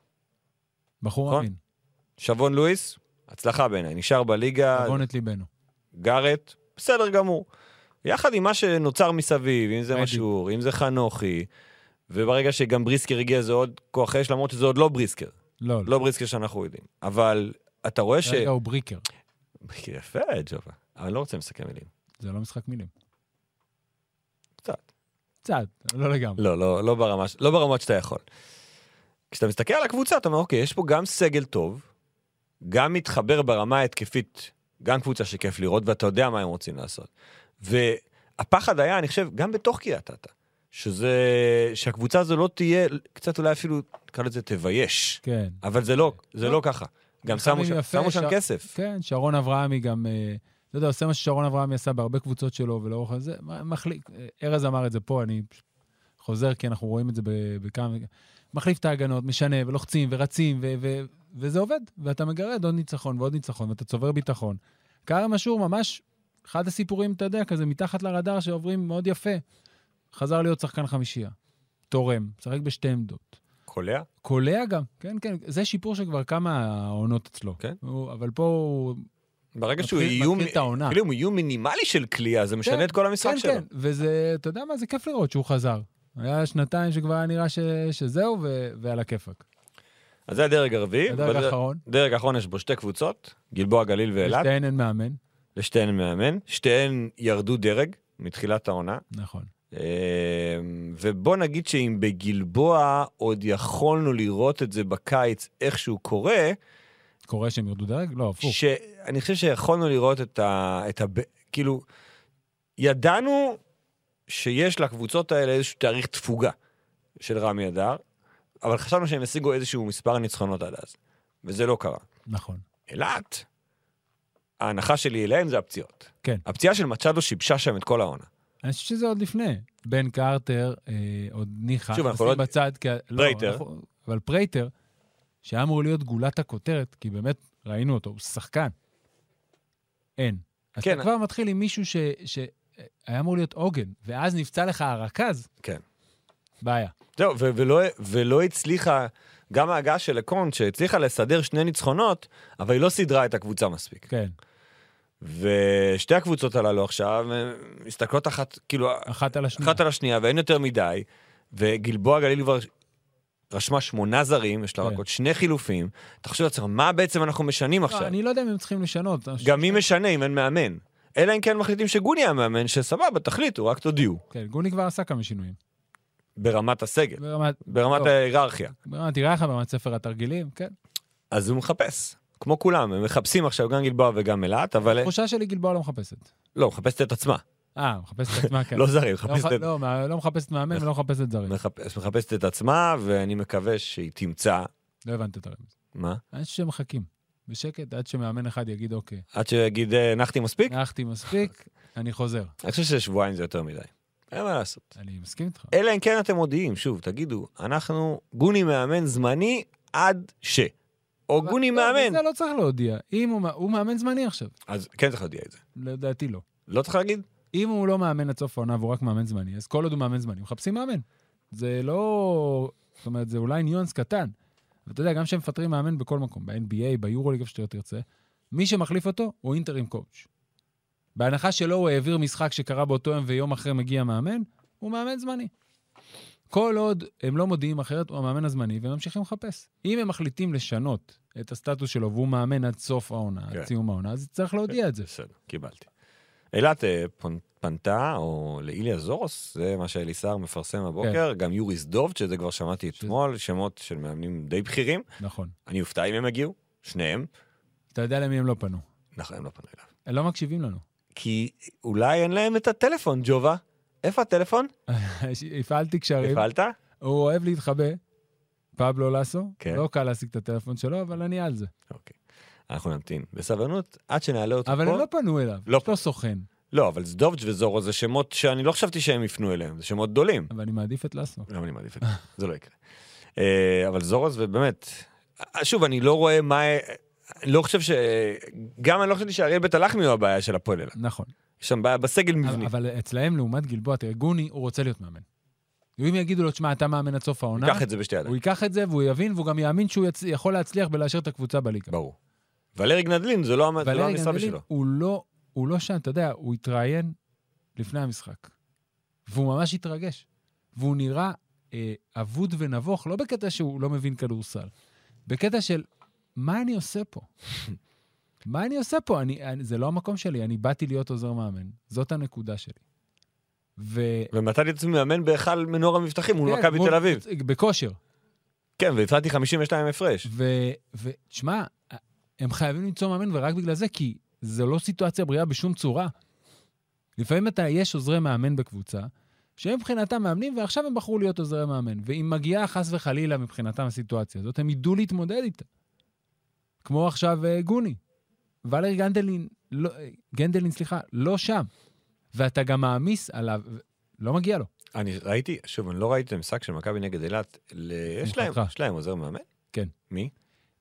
בחור אמין. שבון לואיס, הצלחה בעיניי, נשאר בליגה. שבון את ליבנו. גארט, בסדר גמור. יחד עם מה שנוצר מסביב, אם זה משור, אם זה חנוכי, וברגע שגם בריסקר הגיע זה עוד כוח אש, למרות שזה עוד לא בריסקר. לא, לא בריסקר שאנחנו יודעים. אבל אתה רואה ש... רגע הוא בריקר. יפה, ג'ובה. אבל אני לא רוצה לסכם מילים. זה לא משחק מילים. קצת. קצת, לא לגמרי. לא, לא, לא ברמה, לא ברמות שאתה יכול. כשאתה מסתכל על הקבוצה, אתה אומר, אוקיי, יש פה גם סגל טוב, גם מתחבר ברמה התקפית, גם קבוצה שכיף לראות, ואתה יודע מה הם רוצים לעשות. והפחד היה, אני חושב, גם בתוך קריית אתא, שזה, שהקבוצה הזו לא תהיה, קצת אולי אפילו, נקרא לזה, תבייש. כן. אבל זה לא, זה לא ככה. גם שמו שם, שמו שם כסף. כן, שרון אברהמי גם, לא יודע, עושה מה ששרון אברהמי עשה בהרבה קבוצות שלו, ולאורך הזה, מחליק, ארז אמר את זה פה, אני חוזר, כי אנחנו רואים את זה בכמה, מחליף את ההגנות, משנה, ולוחצים, ורצים, ו- ו- וזה עובד, ואתה מגרד עוד ניצחון ועוד ניצחון, ואתה צובר ביטחון. קארם אשור ממש, אחד הסיפורים, אתה יודע, כזה מתחת לרדאר שעוברים מאוד יפה. חזר להיות שחקן חמישייה. תורם, שחק בשתי עמדות. קולע? קולע גם, כן, כן. זה שיפור שכבר כמה העונות אצלו. כן. הוא, אבל פה הוא... ברגע מתחיל, שהוא איום, כאילו הוא איום מינימלי של קליעה, זה משנה כן, את כל המשחק כן, שלו. כן, וזה, אתה יודע מה, זה כיף לראות שהוא חזר. היה שנתיים שכבר היה נראה ש... שזהו, ו... ועל הכיפק. אז זה הדרג הרביעי. הדרג האחרון. דרג האחרון יש בו שתי קבוצות, גלבוע, גליל ואילת. לשתיהן אין מאמן. לשתיהן מאמן. שתיהן ירדו דרג מתחילת העונה. נכון. ובוא נגיד שאם בגלבוע עוד יכולנו לראות את זה בקיץ איכשהו קורה. קורה שהם ירדו דרג? לא, הפוך. אני חושב שיכולנו לראות את ה... את ה... כאילו, ידענו שיש לקבוצות האלה איזשהו תאריך תפוגה של רמי אדר, אבל חשבנו שהם השיגו איזשהו מספר ניצחונות עד אז. וזה לא קרה. נכון. אילת, ההנחה שלי אליהם זה הפציעות. כן. הפציעה של מצ'אדו שיבשה שם את כל העונה. אני חושב שזה עוד לפני. בן קארטר, אה, עוד ניחה. שוב, אנחנו לא... בצד, כי... פרייטר. לא, אנחנו... אבל פרייטר, שהיה אמור להיות גולת הכותרת, כי באמת ראינו אותו, הוא שחקן. אין. אז כן. אתה כבר מתחיל עם מישהו ש... ש... היה אמור להיות עוגן, ואז נפצע לך הרכז. כן. בעיה. זהו, ו- ולא, ולא הצליחה, גם ההגעה של לקונט, שהצליחה לסדר שני ניצחונות, אבל היא לא סדרה את הקבוצה מספיק. כן. ושתי הקבוצות הללו עכשיו, מסתכלות אחת, כאילו, אחת על השנייה. אחת על השנייה, ואין יותר מדי, וגלבוע גליל כבר רשמה שמונה זרים, יש לה רק עוד שני חילופים, אתה חושב לעצמך, מה בעצם אנחנו משנים עכשיו? אני לא יודע אם הם צריכים לשנות. גם מי משנה אם אין מאמן. אלא אם כן מחליטים שגוני המאמן, שסבבה, תחליטו, רק תודיעו. כן, גוני כבר עשה כמה שינויים. ברמת הסגל, ברמת... ברמת ההיררכיה. ברמת היררכיה, ברמת ספר התרגילים, כן. אז הוא מחפש, כמו כולם, הם מחפשים עכשיו גם גלבוע וגם אלת, אבל... התחושה שלי גלבוע לא מחפשת. לא, מחפשת את עצמה. אה, מחפשת את עצמה, כן. לא זרים, מחפשת את... לא, לא מחפשת מאמן ולא מחפשת זרים. מחפשת את עצמה, ואני מקווה שהיא תמצא... לא הבנת את הרמז. מה? עד שמחכים, בשקט, עד שמאמן אחד יגיד אוקיי. עד שיגיד, נחתי מספיק? נחתי מספיק, אני חוזר. אני חושב ששבועיים זה יותר מדי. אין מה לעשות. אני מסכים איתך. אלא אם כן אתם מודיעים, שוב, תגידו, אנחנו גוני מאמן זמני עד ש... או גוני מאמן. זה לא צריך להודיע. אם הוא מאמן זמני עכשיו. אז כן צריך להודיע את זה. לדעתי לא. לא צריך להגיד? אם הוא לא מאמן עד סוף העונה והוא רק מאמן זמני, אז כל עוד הוא מאמן זמני, מחפשים מאמן. זה לא... זאת אומרת, זה אולי ניואנס קטן. ואתה יודע, גם שהם מפטרים מאמן בכל מקום, ב-אן בי איי, ביורוליג, שאתה יותר תרצה, מי שמחליף אותו הוא אינטרים קואוץ'. בהנחה שלו הוא העביר משחק שקרה באותו יום ויום אחרי מגיע מאמן, הוא מאמן זמני. כל עוד הם לא מודיעים אחרת, הוא המאמן הזמני, והם ממשיכים לחפש. אם הם מחליטים לשנות את הסטטוס שלו, והוא מאמן עד סוף העונה, עד סיום העונה, אז צריך להודיע את זה. בסדר, קיבלתי. אילת פנתה, או לאיליה זורוס, זה מה שאליסר מפרסם הבוקר, גם יוריס דובט, שזה כבר שמעתי אתמול, שמות של מאמנים די בכירים. נכון. אני אופתע אם הם הגיעו, שניהם. אתה יודע למי הם לא פנו. נכון, הם לא פנו אליו. הם לא מקשיבים לנו. כי אולי אין להם את הטלפון, ג'ובה. איפה הטלפון? הפעלתי קשרים. הפעלת? הוא אוהב להתחבא. פבלו לסו. כן. לא קל להשיג את הטלפון שלו, אבל אני על זה. אוקיי. אנחנו נמתין בסבלנות עד שנעלה אותו אבל פה. הם לא פנו אליו. לא. יש לו סוכן. לא, אבל דובג' וזורו זה שמות שאני לא חשבתי שהם יפנו אליהם. זה שמות גדולים. אבל אני מעדיף את לסו. גם אני מעדיף את זה. זה לא יקרה. אבל זורוס, ובאמת, שוב, אני לא רואה מה... אני לא חושב ש... גם אני לא חשבתי שאריאל בית הלחמי הוא הבעיה של הפועל אליו. נכון. יש שם בעיה בסגל מבני. אבל אצלהם, לעומת גלבוע, תראה, גוני, הוא רוצה להיות מאמן. אם יגידו לו, תשמע, אתה מאמן עד סוף העונה, ייקח את זה בשתי ידיים. הוא ייקח את זה, והוא יבין, והוא גם יאמין שהוא יצ... יכול להצליח בלאשר את הקבוצה בליגה. ברור. ולרי גנדלין, זה לא המשרה בשבילו. הוא לא, הוא לא שם, אתה יודע, הוא התראיין לפני המשחק. והוא ממש התרגש. והוא נראה אה, אבוד ונבוך, לא בקטע שהוא לא מבין כדורסל. בקטע של, מה אני עושה פה? מה אני עושה פה? אני, אני, זה לא המקום שלי, אני באתי להיות עוזר מאמן. זאת הנקודה שלי. ו... ומתי לעצמי מאמן בהיכל מנור המבטחים מול כן, מכבי תל אביב. בכושר. כן, והפסדתי חמישים ושתיים הפרש. ושמע, הם חייבים למצוא מאמן, ורק בגלל זה, כי זה לא סיטואציה בריאה בשום צורה. לפעמים אתה, יש עוזרי מאמן בקבוצה, שהם מבחינתם מאמנים, ועכשיו הם בחרו להיות עוזרי מאמן. ואם מגיעה חס וחלילה מבחינתם הסיטואציה הזאת, הם ידעו להתמודד איתה. כמו עכשיו גוני. ולרי גנדלין, לא, גנדלין, סליחה, לא שם. ואתה גם מאמיס עליו, לא מגיע לו. אני ראיתי, שוב, אני לא ראיתי את המשחק של מכבי נגד אילת, יש להם, יש להם עוזר מאמן? כן. מי?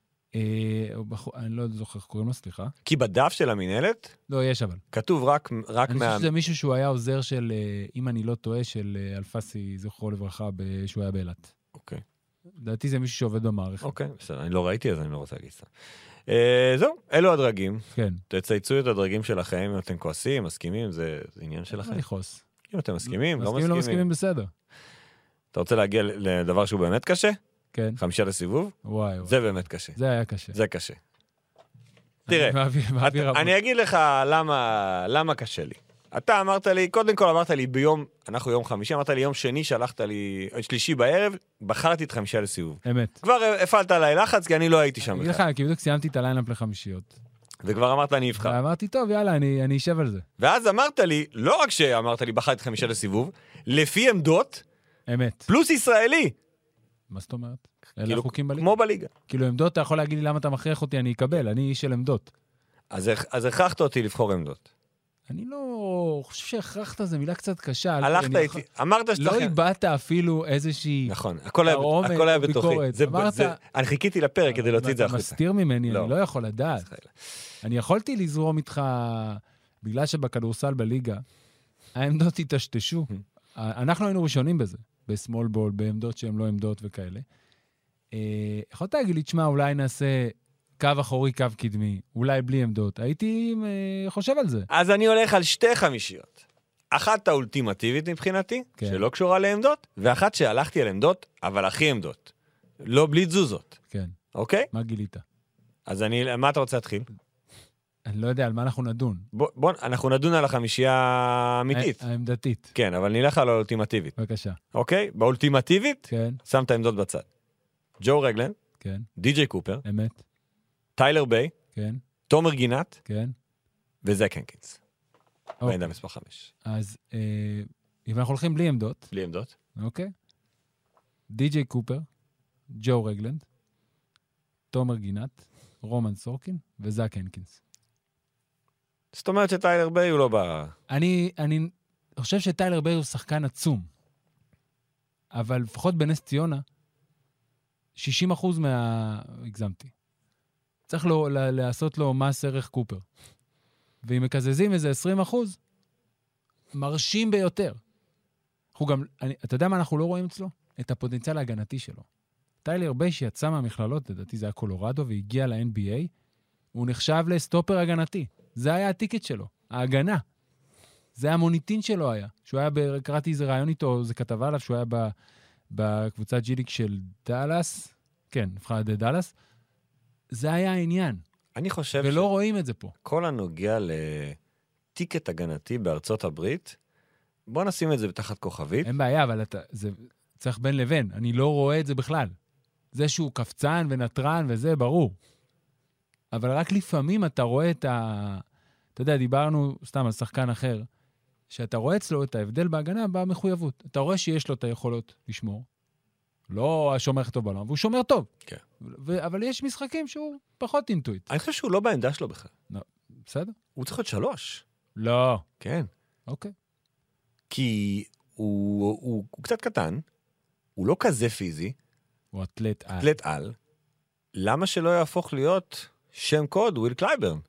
אני לא זוכר, קוראים לו, סליחה. כי בדף של המנהלת? לא, יש אבל. כתוב רק מה... אני חושב שזה מישהו שהוא היה עוזר של, אם אני לא טועה, של אלפסי, זכרו לברכה, שהוא היה באילת. אוקיי. לדעתי זה מישהו שעובד במערכת. אוקיי, בסדר, אני לא ראיתי, אז אני לא רוצה להגיד סתם. זהו, אלו הדרגים. כן. תצייצו את הדרגים שלכם, אם אתם כועסים, מסכימים, זה עניין שלכם. אני חוס. אם אתם מסכימים, לא מסכימים. מסכימים, לא מסכימים, בסדר. אתה רוצה להגיע לדבר שהוא באמת קשה? כן. חמישה לסיבוב? וואי, זה באמת קשה. זה היה קשה. זה קשה. תראה, אני אגיד לך למה קשה לי. אתה אמרת לי, קודם כל אמרת לי ביום, אנחנו יום חמישי, אמרת לי יום שני, שלחת לי, שלישי בערב, בחרתי את חמישה לסיבוב. אמת. כבר הפעלת עליי לחץ, כי אני לא הייתי שם. אני אגיד לך, כי בדיוק סיימתי את הליינאפ לחמישיות. וכבר אמרת, אני אבחר. ואמרתי, טוב, יאללה, אני אשב על זה. ואז אמרת לי, לא רק שאמרת לי, בחרתי חמישה לסיבוב, לפי עמדות, אמת. פלוס ישראלי. מה זאת אומרת? אלה חוקים בליגה. כמו בליגה. כאילו עמדות, אתה יכול להגיד לי למה אתה מכריח אותי, אני אקבל, אני איש של עמדות. אז הכרחת אותי לבחור עמדות. אני לא חושב שהכרחת זה מילה קצת קשה. הלכת איתי, אמרת שצריך... לא איבדת אפילו איזושהי... נכון, הכל היה בתוכי. אני חיכיתי לפרק כדי להוציא את זה החוצה. אתה מסתיר ממני, אני לא יכול לדעת. אני יכולתי לזרום איתך, בגלל שבכדורסל בליגה, העמדות התשתשו. אנחנו היינו ראשונים בזה. בסמול בול, בעמדות שהן לא עמדות וכאלה. אה, יכולת להגיד לי, תשמע, אולי נעשה קו אחורי, קו קדמי, אולי בלי עמדות. הייתי אה, חושב על זה. אז אני הולך על שתי חמישיות. אחת האולטימטיבית מבחינתי, כן. שלא קשורה לעמדות, ואחת שהלכתי על עמדות, אבל הכי עמדות. לא בלי תזוזות. כן. אוקיי? מה גילית? אז אני, מה אתה רוצה להתחיל? אני לא יודע על מה אנחנו נדון. בוא, בוא, אנחנו נדון על החמישייה האמיתית. העמדתית. כן, אבל נלך על האולטימטיבית. בבקשה. אוקיי? באולטימטיבית, כן, שם את העמדות בצד. ג'ו רגלן, כן, די.ג'יי קופר, אמת. טיילר ביי, כן, תומר גינת, כן. וזק הנקינס. אוקיי. בעמדה מספר חמש. אז אה, אם אנחנו הולכים בלי עמדות, בלי עמדות. אוקיי? די.ג'יי קופר, ג'ו רגלנד, תומר גינת, רומן סורקין וזק הנקינס. זאת אומרת שטיילר ביי הוא לא בא... אני, אני חושב שטיילר ביי הוא שחקן עצום, אבל לפחות בנס ציונה, שישים אחוז מה... הגזמתי. צריך לו, ל- לעשות לו מס ערך קופר. ואם מקזזים איזה עשרים אחוז, מרשים ביותר. אנחנו גם, אני, אתה יודע מה אנחנו לא רואים אצלו? את הפוטנציאל ההגנתי שלו. טיילר ביי שיצא מהמכללות, לדעתי זה היה קולורדו, והגיע ל-אן בי איי, הוא נחשב לסטופר הגנתי. זה היה הטיקט שלו, ההגנה. זה המוניטין שלו היה. שהוא היה, ב... קראתי איזה רעיון איתו, זה כתבה עליו, שהוא היה ב... בקבוצת ג'יליק של דלס, כן, נבחר על ידי דלס, זה היה העניין. אני חושב ולא רואים את זה פה. שכל הנוגע לטיקט הגנתי בארצות הברית, בוא נשים את זה בתחת כוכבית. אין בעיה, אבל אתה, זה צריך בין לבין. אני לא רואה את זה בכלל. זה שהוא קפצן ונטרן וזה, ברור. אבל רק לפעמים אתה רואה את ה... אתה יודע, דיברנו סתם על שחקן אחר, שאתה רואה אצלו את ההבדל בהגנה במחויבות. אתה רואה שיש לו את היכולות לשמור. לא השומר הכי טוב בעולם, והוא שומר טוב. כן. ו- אבל יש משחקים שהוא פחות אינטואיט. אני חושב שהוא לא בעמדה שלו בכלל. לא, בסדר? הוא צריך להיות שלוש. לא. כן. אוקיי. כי הוא, הוא, הוא, הוא קצת קטן, הוא לא כזה פיזי, הוא אתלט על. אתלט על. למה שלא יהפוך להיות שם קוד וויל קלייברן?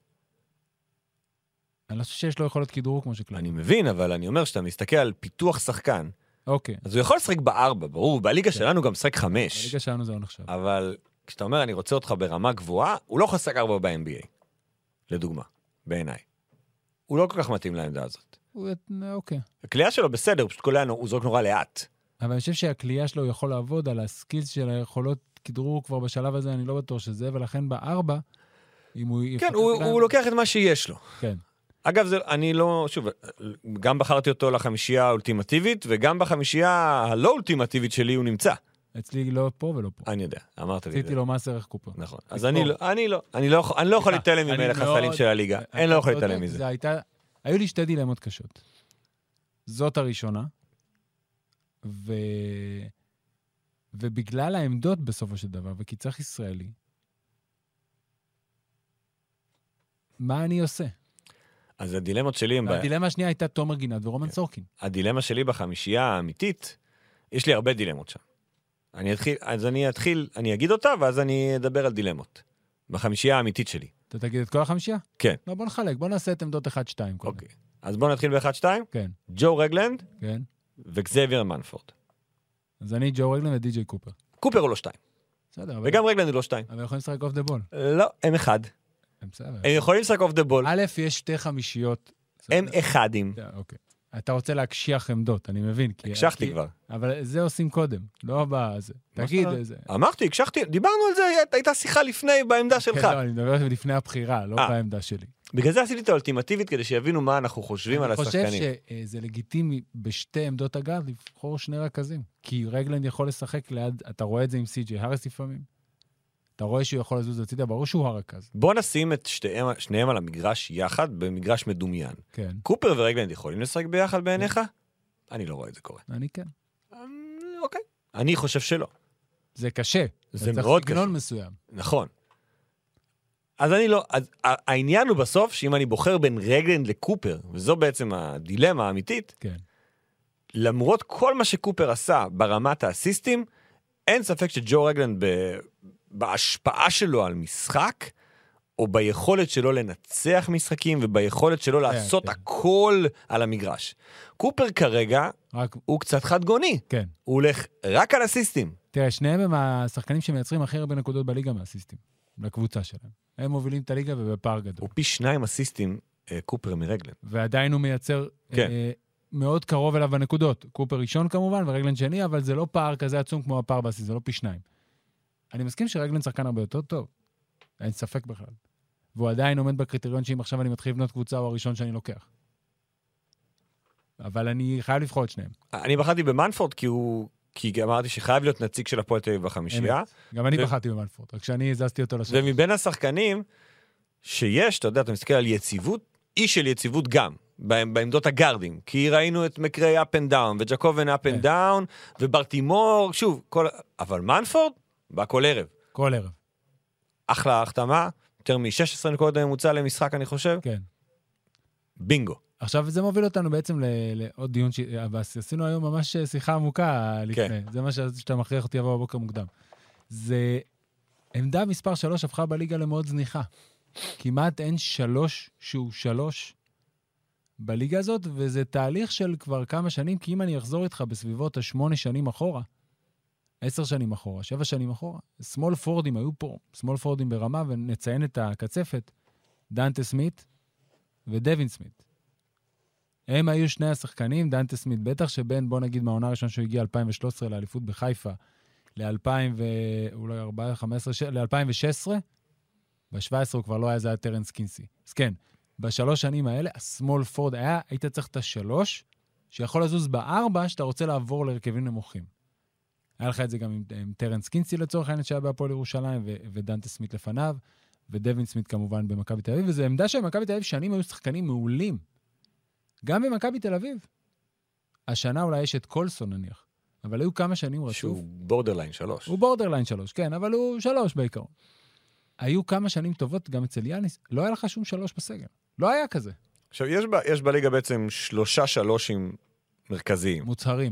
אני לא חושב שיש לו יכולת כדרור כמו שקלייברן. אני מבין, אבל אני אומר שאתה מסתכל על פיתוח שחקן, אוקיי. אז הוא יכול לשחק בארבע, ברור, בליגה שלנו גם שחק חמש. בליגה שלנו זה לא נחשב. אבל כשאתה אומר, אני רוצה אותך ברמה גבוהה, הוא לא יכול לשחק ארבע ב-אן בי איי, לדוגמה, בעיניי. הוא לא כל כך מתאים לעמדה הזאת. הוא... אוקיי. הקליעה שלו בסדר, פשוט כל הוא זורק נורא לאט. אבל אני חושב שהקליעה שלו יכול לעבוד על הסקילס של היכולות כדרור כבר בשלב הזה, אני לא בטוח שזה, ולכן בארבע, אם הוא... כן, הוא, הוא לוקח את מה שיש לו. כן. אגב, זה, אני לא, שוב, גם בחרתי אותו לחמישייה האולטימטיבית, וגם בחמישייה הלא אולטימטיבית שלי הוא נמצא. אצלי לא פה ולא פה. אני יודע, אמרת לי את עשיתי זה. לו מס ערך קופר. נכון. אז אני לא, אני לא, אני לא, אני לא יכול להתעלם ממלך הסלים של הליגה. אין לא יכול להתעלם מזה. זה הייתה, היו לי שתי דילמות קשות. זאת הראשונה, ו... ובגלל העמדות בסופו של דבר, וכי צריך ישראלי, מה אני עושה? אז הדילמות שלי הם... הדילמה השנייה הייתה תומר גינת ורומן סורקין. הדילמה שלי בחמישייה האמיתית, יש לי הרבה דילמות שם. אני אתחיל, אז אני אתחיל, אני אגיד אותה, ואז אני אדבר על דילמות. בחמישייה האמיתית שלי. אתה תגיד את כל החמישייה? כן. לא, בוא נחלק, בוא נעשה את עמדות אחת שתיים. אוקיי. אז בוא נתחיל ב-אחת שתיים. כן. ג'ו רגלנד כן. וקזייביר מנפורד. אז אני ג'ו רגלנד ודי.ג'יי קופר. קופר הוא לא שתיים. בסדר, אבל... וגם רגלנד הוא לא שתיים. אבל יכולים לשחק אוף דה בול. לא, הם אחד. בסדר. הם יכולים לשחק אוף דה בול. א', יש שתי חמישיות. הם אחדים. אוקיי. אתה רוצה להקשיח עמדות, אני מבין. הקשחתי כבר. אבל זה עושים קודם, לא בזה. תגיד איזה... אמרתי, הקשחתי, דיברנו על זה, הייתה שיחה לפני בעמדה שלך. לא, אני מדבר לפני הבחירה, לא בעמדה שלי. בגלל זה עשיתי את האולטימטיבית, כדי שיבינו מה אנחנו חושבים על השחקנים. אני חושב שזה לגיטימי בשתי עמדות הגב לבחור שני רכזים. כי רגלנד יכול לשחק ליד, אתה רואה את זה עם סי.ג'יי האריס לפעמים. אתה רואה שהוא יכול לזוז הצידה, ברור שהוא הרכז. בוא נשים את שתיהם, שניהם על המגרש יחד, במגרש מדומיין. כן. קופר ורגלנד יכולים לשחק ביחד בעיניך? אני לא רואה את זה קורה. אני כן. אוקיי. אני חושב שלא. זה קשה. זה מאוד קשה. סגנון מסוים. נכון. אז אני לא, אז העניין הוא בסוף, שאם אני בוחר בין רגלנד לקופר, וזו בעצם הדילמה האמיתית, כן. למרות כל מה שקופר עשה ברמת האסיסטים, אין ספק שג'ו רגלנד ב... בהשפעה שלו על משחק, או ביכולת שלו לנצח משחקים, וביכולת שלו לעשות כן. הכל על המגרש. קופר כרגע, רק... הוא קצת חד גוני. כן. הוא הולך רק על הסיסטים. תראה, שניהם הם השחקנים שמייצרים הכי הרבה נקודות בליגה מהסיסטים, לקבוצה שלהם. הם מובילים את הליגה ובפער גדול. הוא פי שניים אסיסטים, אה, קופר מרגלן. ועדיין הוא מייצר כן. אה, מאוד קרוב אליו בנקודות. קופר ראשון כמובן, ורגלן שני, אבל זה לא פער כזה עצום כמו הפער באסיסט, זה לא פי שניים. אני מסכים שרגלן שחקן הרבה יותר טוב. אין ספק בכלל. והוא עדיין עומד בקריטריון שאם עכשיו אני מתחיל לבנות קבוצה, הוא הראשון שאני לוקח. אבל אני חייב לבחור את שניהם. אני בחרתי במנפורד, כי הוא... כי אמרתי שחייב להיות נציג של הפועל תל אביב בחמישייה. גם אני ו... בחרתי במנפורד, רק שאני הזזתי אותו לשם. ומבין השחקנים שיש, אתה יודע, אתה מסתכל על יציבות, איש של יציבות גם, בעמדות הגארדים, כי ראינו את מקרי אפ אנד דאון, וג'קובן אפ אנד דאון, וברטימור, שוב, כל... אבל מנפורד בא כל ערב. כל ערב. אחלה החתמה, יותר מ-שש עשרה נקודות ממוצע למשחק, אני חושב. כן. בינגו. עכשיו, זה מוביל אותנו בעצם לעוד דיון, עשינו היום ממש שיחה עמוקה לפני, זה מה שאתה מכריח אותי לבוא בבוקר מוקדם. זה עמדה מספר שלוש הפכה בליגה למאוד זניחה. כמעט אין שלוש שהוא שלוש בליגה הזאת, וזה תהליך של כבר כמה שנים, כי אם אני אחזור איתך בסביבות השמונה שנים אחורה, עשר שנים אחורה, שבע שנים אחורה, סמול פורדים היו פה, סמול פורדים ברמה, ונציין את הקצפת, דנטה סמית ודווין סמית. הם היו שני השחקנים, דנטה סמית בטח, שבין, בוא נגיד, מהעונה הראשון שהוא הגיע אלפיים ושלוש עשרה לאליפות בחיפה, ל-אלפיים ואולי ארבע, חמש עשרה, ל-אלפיים ושש עשרה, ב-שבע עשרה הוא כבר לא היה, זה היה טרנס קינסי. אז כן, בשלוש שנים האלה, הסמול פורד היה, היית צריך את השלוש, שיכול לזוז בארבע, שאתה רוצה לעבור להרכבים נמוכים. היה לך את זה גם עם, עם טרנס קינסי לצורך העניין, שהיה בהפועל ירושלים, ו- ודנטה סמית לפניו, ודווין סמית כמובן במכבי תל אביב, וזו עמדה שבמכבי תל אביב שנים היו שחקנים מעולים. גם במכבי תל אביב. השנה אולי יש את קולסון נניח, אבל היו כמה שנים רצוף. שהוא בורדרליין שלוש. הוא בורדרליין שלוש, כן, אבל הוא שלוש בעיקרון. היו כמה שנים טובות גם אצל יאניס, לא היה לך שום שלוש בסגל. לא היה כזה. עכשיו, יש, ב, יש בליגה בעצם שלושה שלושים מרכזיים. מוצהרים.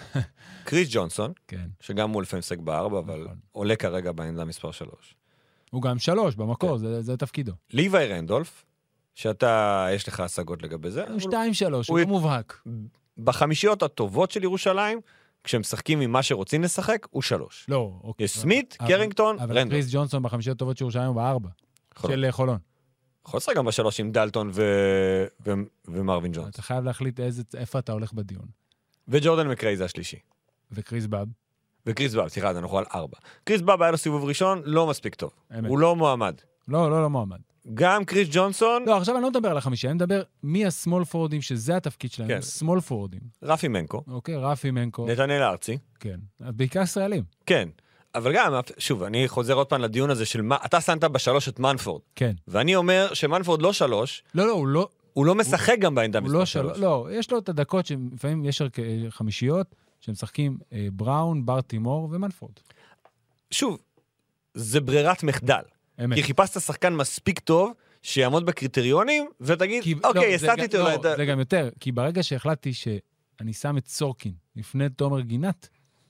קריס ג'ונסון, כן. שגם הוא לפעמים סג בארבע, אבל נכון. עולה כרגע בעמדה מספר שלוש. הוא גם שלוש במקור, כן. זה, זה תפקידו. ליוואי רנדולף, שאתה, יש לך השגות לגבי זה. הוא שתיים שלוש, הוא הוא לא מובהק. בחמישיות הטובות של ירושלים, כשהם משחקים עם מה שרוצים לשחק, הוא שלוש. לא, אוקיי. יש סמית, אבל- קרינגטון, אבל רנדולף. קריס ג'ונסון בחמישיות טובות של ירושלים הוא בארבע. חולון. של חולון. יכול לשחק גם בשלוש עם דלטון ו... ו... ומרווין ג'ונס. אתה חייב להחליט איזה, איפה אתה הולך בדיון. וג'ורדן מקריי זה השלישי. וקריס באב. וקריס באב, סליחה, אז אנחנו על ארבע. קריס באב היה לו סיבוב ראשון, לא מספיק טוב. אמת. הוא לא מועמד. לא, לא, לא מועמד. גם קריס ג'ונסון, לא, עכשיו אני לא מדבר על החמישי, אני מדבר מי הסמול פורדים, שזה התפקיד שלהם, כן. סמול פורדים. רפי מנקו, אוקיי, רפי מנקו, נתנאל ארצי, כן. בעיקר ישראלים. כן. אבל גם, שוב, אני חוזר עוד פעם לדיון הזה של מה, אתה שמת בשלוש את מנפורד, כן. ואני אומר שמנפורד לא שלוש, לא, לא, הוא לא, הוא לא משחק גם בעמדה הוא מספר לא שלוש. שלו, לא, יש לו את הדקות שלפעמים יש הרכ- חמישיות, שמשחקים אה, בראון, ברטימור ומנפורד. שוב, זה ברירת מחדל. אמת. כי חיפשת שחקן מספיק טוב, שיעמוד בקריטריונים, ותגיד, כי- אוקיי, לא, זה הסעתי גם- אותו. לא, לא, זה גם יותר, כי ברגע שהחלטתי שאני שם את סורקין לפני תומר גינת,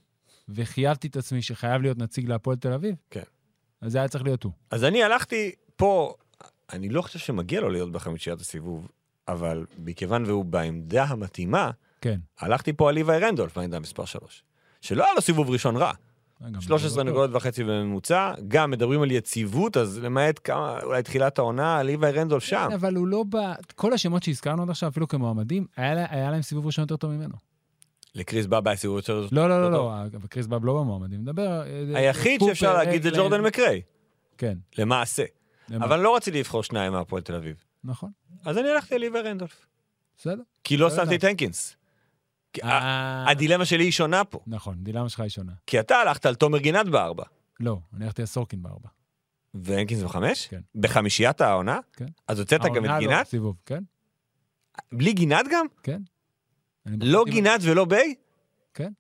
וחייבתי את עצמי שחייב להיות נציג להפועל תל אביב, כן. אז זה היה צריך להיות הוא. אז אני הלכתי פה, אני לא חושב שמגיע לו להיות בחמישיית הסיבוב, אבל מכיוון והוא בעמדה המתאימה, כן. הלכתי פה על ליוואי רנדולף בעמדה מספר שלוש. שלא היה לו סיבוב ראשון רע. גם שלוש עשרה בטוח. נקודות וחצי בממוצע, גם מדברים על יציבות, אז למעט כמה, אולי תחילת העונה, ליוואי רנדולף שם. כן, אבל הוא לא בא... כל השמות שהזכרנו עד עכשיו, אפילו כמועמדים, היה, לה- היה להם סיבוב ראשון יותר טוב ממנו. לקריס בא בסיבוב יותר... לא, לא, לא, טוב. לא, אבל קריס באב לא במועמדים. מדבר... היחיד קופר, שאפשר להגיד זה רגלן. ג'ורדן מקריי, כן. למעשה. למה? אבל לא רציתי לבחור שניים מהפועל תל אביב. נכון, אז אני הלכתי על ליוואי רנדולף. בסדר. כי לא לא שמתי יודע. את הנקינס. כי ה- אה, הדילמה שלי היא שונה פה. נכון, דילמה שלך היא שונה. כי אתה הלכת על תומר גינת בארבע. לא, אני הלכתי על סורקין בארבע. והנקינס בחמש? כן. בחמישיית העונה? כן. אז הוצאת גם את העונה לא, גינת? סיבוב, כן? בלי גינת גם? כן. אני לא בחרתי- גינת ולא ביי? כן.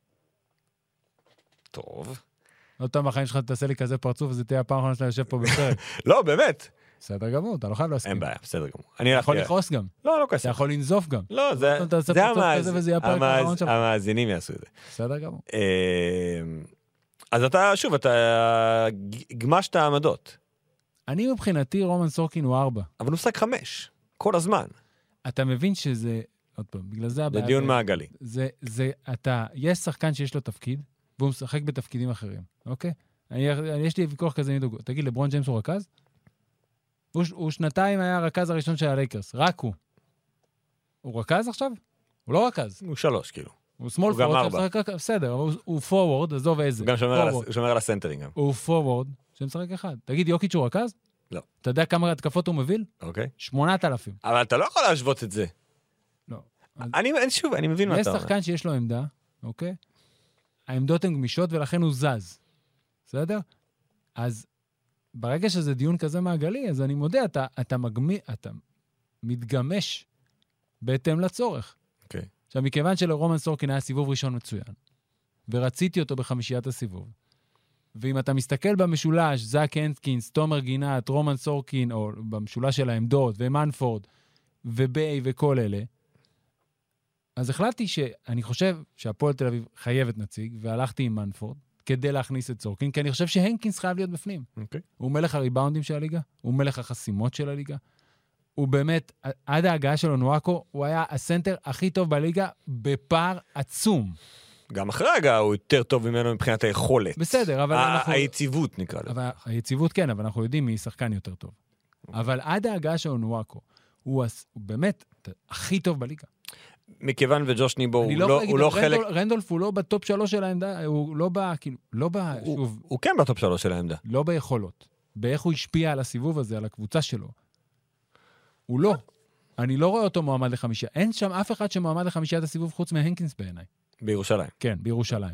טוב. עוד פעם בחיים שלך תעשה לי כזה פרצוף, וזה תהיה הפעם האחרונה שאתה יושב פה בפרק. לא, באמת. בסדר גמור, אתה לא חייב להסכים. אין בעיה, בסדר גמור. אני אתה יכול הלכתי... לכעוס גם. לא, לא אתה כסף. יכול לנזוף גם. לא, זה... אתה תעשה זה פרצוף המאז- כזה וזה יהיה הפרק המאז- האחרון שלך. המאזינים יעשו את זה. בסדר גמור. אה, אז אתה, שוב, אתה גמשת העמדות. אני מבחינתי, רומן סורקין הוא ארבע. אבל הוא משחק חמש, כל הזמן. אתה מבין שזה, עוד פעם, בגלל זה הבעיה... זה דיון מעגלי. זה, זה, אתה, יש שחקן שיש לו תפקיד, והוא משחק בתפקידים אחרים, אוקיי? אני, יש לי ויכוח כזה מדוגו. תגיד, לברון ג'יימס הוא רכז? הוא, הוא שנתיים היה הרכז הראשון של הלייקרס, רק הוא. הוא רכז עכשיו? הוא לא רכז. הוא שלוש, כאילו. הוא שמאל פורוורד, בסדר, הוא, הוא פורוורד, עזוב איזה. הוא גם שומר על, הוא שומר על הסנטרינג גם. הוא פורוורד, שמשחק אחד. תגיד, יוקיץ' הוא רכז? לא. אתה יודע כמה התקפות הוא מוביל? אוקיי. שמונת אלפים. אבל אתה לא יכול להשוות את זה. לא. אני, אני שוב, אני מבין מה אתה אומר. יש שחקן שיש לו עמדה, אוקיי? העמדות הן גמישות ולכן הוא זז. בסדר? אז ברגע שזה דיון כזה מעגלי, אז אני מודה, אתה, אתה מגמי, אתה מתגמש בהתאם לצורך. אוקיי. עכשיו, מכיוון שלרומן סורקין היה סיבוב ראשון מצוין, ורציתי אותו בחמישיית הסיבוב, ואם אתה מסתכל במשולש, זאק הנקינס, תומר גינת, רומן סורקין, או במשולש של העמדות, ומנפורד, וביי וכל אלה, אז החלטתי שאני חושב שהפועל תל אביב חייבת נציג, והלכתי עם מנפורד, כדי להכניס את סורקין, כי אני חושב שהנקינס חייב להיות בפנים. אוקיי. הוא מלך הריבאונדים של הליגה, הוא מלך החסימות של הליגה, הוא באמת, עד ההגעה שלו נואקו, הוא היה הסנטר הכי טוב בליגה, בפער עצום. גם אחרי ההגעה הוא יותר טוב ממנו מבחינת היכולת. בסדר, אבל אנחנו... היציבות נקרא לזה. אבל היציבות כן, אבל אנחנו יודעים מי שחקן יותר טוב. אבל עד ההגעה שלו נואקו, הוא באמת הכי טוב בליגה. מכיוון וג'וש ניבו הוא לא חלק... רנדולף הוא לא בטופ שלוש של העמדה, הוא לא בא, כאילו, לא בא, שוב... הוא כן בטופ שלוש של העמדה. לא ביכולות. באיך הוא השפיע על הסיבוב הזה, על הקבוצה שלו. הוא לא. אני לא רואה אותו מועמד לחמישה. אין שם אף אחד שמועמד לחמישיית הסיבוב חוץ מהנקינס בעיניי. בירושלים. כן, בירושלים.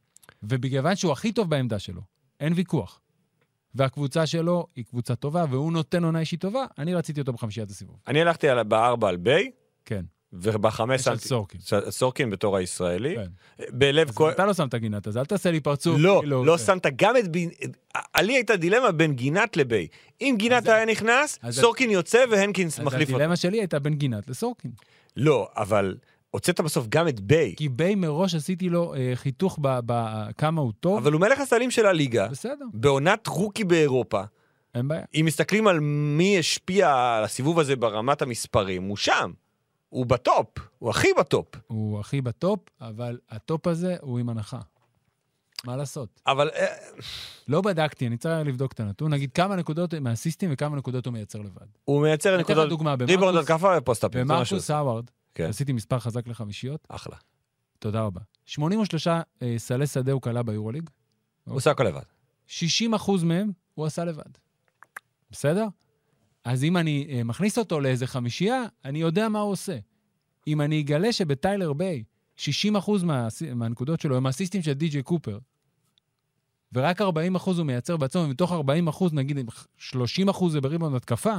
ובגלל שהוא הכי טוב בעמדה שלו, אין ויכוח. והקבוצה שלו היא קבוצה טובה, והוא נותן עונה אישית טובה, אני רציתי אותו בחמישיית הסיבוב. אני הלכתי בארבע על ביי, כן. ובחמש על סורקין. סורקין בתור הישראלי. כן. בלב כל... אתה לא שמת גינת, אז אל תעשה לי פרצוף. לא, לא שמת גם את... עלי הייתה דילמה בין גינת לביי. אם גינת היה נכנס, סורקין יוצא והנקינס מחליף אותו. הדילמה שלי הייתה בין גינת לסורקין. לא, אבל... הוצאת בסוף גם את ביי. כי ביי מראש עשיתי לו אה, חיתוך בכמה הוא טוב. אבל הוא מלך הסלים של הליגה. בסדר. בעונת רוקי באירופה. אין בעיה. אם מסתכלים על מי השפיע על הסיבוב הזה ברמת המספרים, הוא שם. הוא בטופ. הוא הכי בטופ. הוא הכי בטופ, אבל הטופ הזה הוא עם הנחה. מה לעשות? אבל... לא בדקתי, אני צריך לבדוק את הנתון. נגיד כמה נקודות מהסיסטים וכמה נקודות הוא מייצר לבד. הוא מייצר נקודות... ריבאונד התקפה ופוסט-אפים. במרקוס האווארד. כן. עשיתי מספר חזק לחמישיות. אחלה. תודה רבה. שמונים ושלושה אה, סלי שדה הוא קלה ביורוליג. הוא עושה הכל לבד. שישים אחוז מהם הוא עשה לבד. בסדר? אז אם אני אה, מכניס אותו לאיזה חמישייה, אני יודע מה הוא עושה. אם אני אגלה שבטיילר ביי, שישים אחוז מה, מהנקודות שלו הם הסיסטים של די-ג'יי קופר, ורק ארבעים אחוז הוא מייצר בעצמו, ומתוך ארבעים אחוז, נגיד, שלושים אחוז זה בריבאונד התקפה.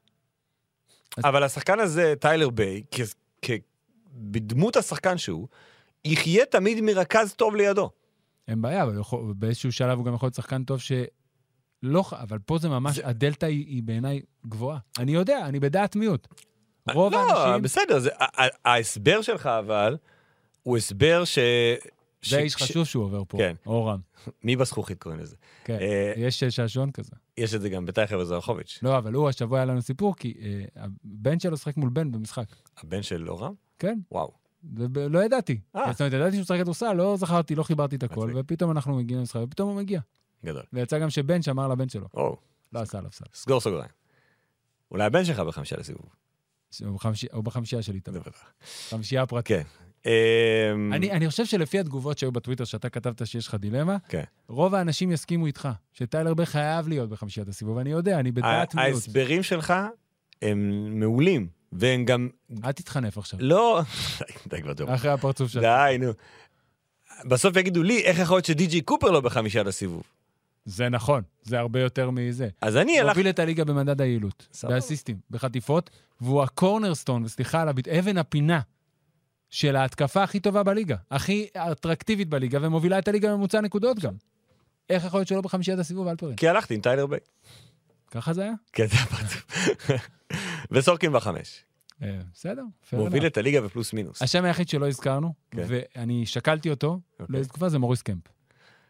אבל השחקן הזה, טיילר ביי, כ... בדמות השחקן שהוא, יחיה תמיד מרכז טוב לידו. אין בעיה, אבל יכול, באיזשהו שלב הוא גם יכול להיות שחקן טוב שלא... אבל פה זה ממש, זה... הדלטה היא, היא בעיניי גבוהה. אני יודע, אני בדעת מיעוט. רוב לא, האנשים... לא, בסדר. זה, ההסבר שלך, אבל, הוא הסבר ש... זה ש... איש חשוב ש... שהוא עובר פה, כן. אורם. מי בזכוכית קוראים לזה? כן, אה... יש שעשון כזה. יש את זה גם בתייכר וזרחוביץ'. לא, אבל הוא, השבוע היה לנו סיפור, כי אה, הבן שלו שחק מול בן במשחק. הבן של אורם? כן. וואו. לא ידעתי. זאת אומרת, ידעתי שהוא שחק כדורסל, לא זכרתי, לא חיברתי את הכל, מצליק. ופתאום אנחנו מגיעים למשחק, ופתאום הוא מגיע. גדול. ויצא גם שבן שמר לבן שלו. או. לא עשה עליו סל. סגור סוגריים. אולי הבן שלך בחמישה לסיבוב. הוא בחמישייה שלי, זה בטח. חמישייה פרטית. כן. אני, אני חושב שלפי התגובות שהיו בטוויטר, שאתה כתבת שיש לך דילמה, כן. רוב האנשים יסכימו איתך, שטיילר ביי חייב להיות בחמישיית הסיבוב. אני יודע, אני בדעת מיעוט. ההסברים שלך הם מעולים, והם גם... אל תתחנף עכשיו. לא, די כבר טוב. אחרי הפרצוף שלך. די, נו. בסוף יגידו לי, איך יכול להיות שדי-ג'יי קופר לא בחמישיית הסיבוב? זה נכון, זה הרבה יותר מזה. אז אני הלך... מוביל את הליגה במדד היעילות, באסיסטים, בחטיפות, והוא הקורנרסטון, וסליחה על הביט, אבן הפינה של ההתקפה הכי טובה בליגה, הכי אטרקטיבית בליגה, ומובילה את הליגה ממוצע נקודות גם. איך יכול להיות שלא בחמישיית הסיבוב, אלפרין? כי הלכתי עם טיילר ביי. ככה זה היה? כן, זה הפרצוף. וסורקין בחמש. בסדר. מוביל את הליגה ופלוס מינוס. השם היחיד שלא הזכרנו, ואני שקלתי אותו, לאיזו תקופה זה מוריס קמפ.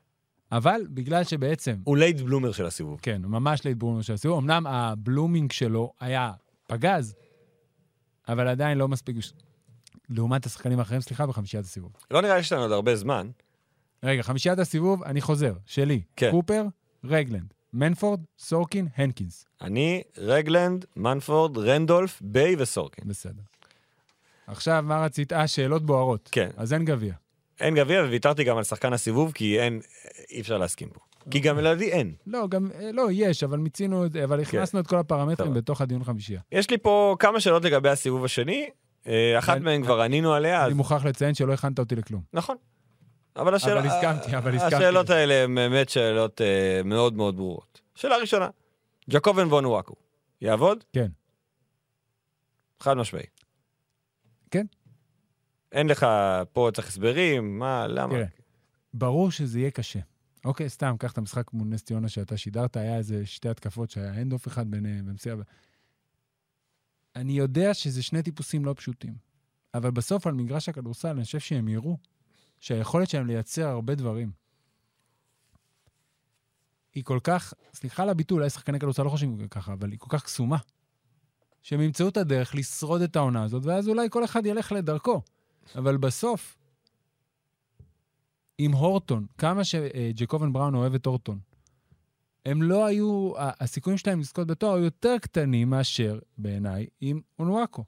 אבל בגלל שבעצם... הוא לייט בלומר של הסיבוב. כן, הוא ממש לייט בלומר של הסיבוב. אמנם הבלומינג שלו היה פגז, אבל עדיין לא מספיק... לעומת השחקנים האחרים, סליחה, בחמישיית הסיבוב. לא נראה שיש לנו עוד הרבה זמן. רגע, חמישיית הסיבוב, אני חוזר. שלי. כן. קופר, רגלנד, מנפורד, סורקין, הנקינס. אני, רגלנד, מנפורד, רנדולף, ביי וסורקין. בסדר. עכשיו, מה רצית? אה, שאלות בוערות. כן. אז אין גביע. אין גביע, וויתרתי גם על שחקן הסיבוב, כי אין, אי אפשר להסכים פה. כי גם לדעתי אין. לא, גם, לא, יש, אבל מיצינו, אבל הכנסנו את כל הפרמטרים בתוך הדיון חמישייה. יש לי פה כמה שאלות לגבי הסיבוב השני, אחת מהן כבר ענינו עליה. אני מוכרח לציין שלא הכנת אותי לכלום. נכון. אבל השאלה, אבל הסכמתי, אבל הסכמתי. השאלות האלה הן באמת שאלות מאוד מאוד ברורות. שאלה ראשונה, ג'קובן ואונואקו, יעבוד? כן. חד משמעי. כן. אין לך פה צריך הסברים, מה, למה? תראה, ברור שזה יהיה קשה. אוקיי, סתם, קח את המשחק מול נס ציונה שאתה שידרת, היה איזה שתי התקפות שהיה הנדאוף אחד ביניהם, במסיע... אני יודע שזה שני טיפוסים לא פשוטים, אבל בסוף על מגרש הכדורסל אני חושב שהם יראו שהיכולת שלהם לייצר הרבה דברים היא כל כך, סליחה על הביטוי, אולי שחקני כדורסל לא חושבים ככה, אבל היא כל כך קסומה, שהם ימצאו את הדרך לשרוד את העונה הזאת, ואז אולי כל אחד ילך לדרכו. אבל בסוף, עם הורטון, כמה שג'קובן בראון אוהב את הורטון, הם לא היו, הסיכויים שלהם לזכות בתואר היו יותר קטנים מאשר, בעיניי, עם אונואקו.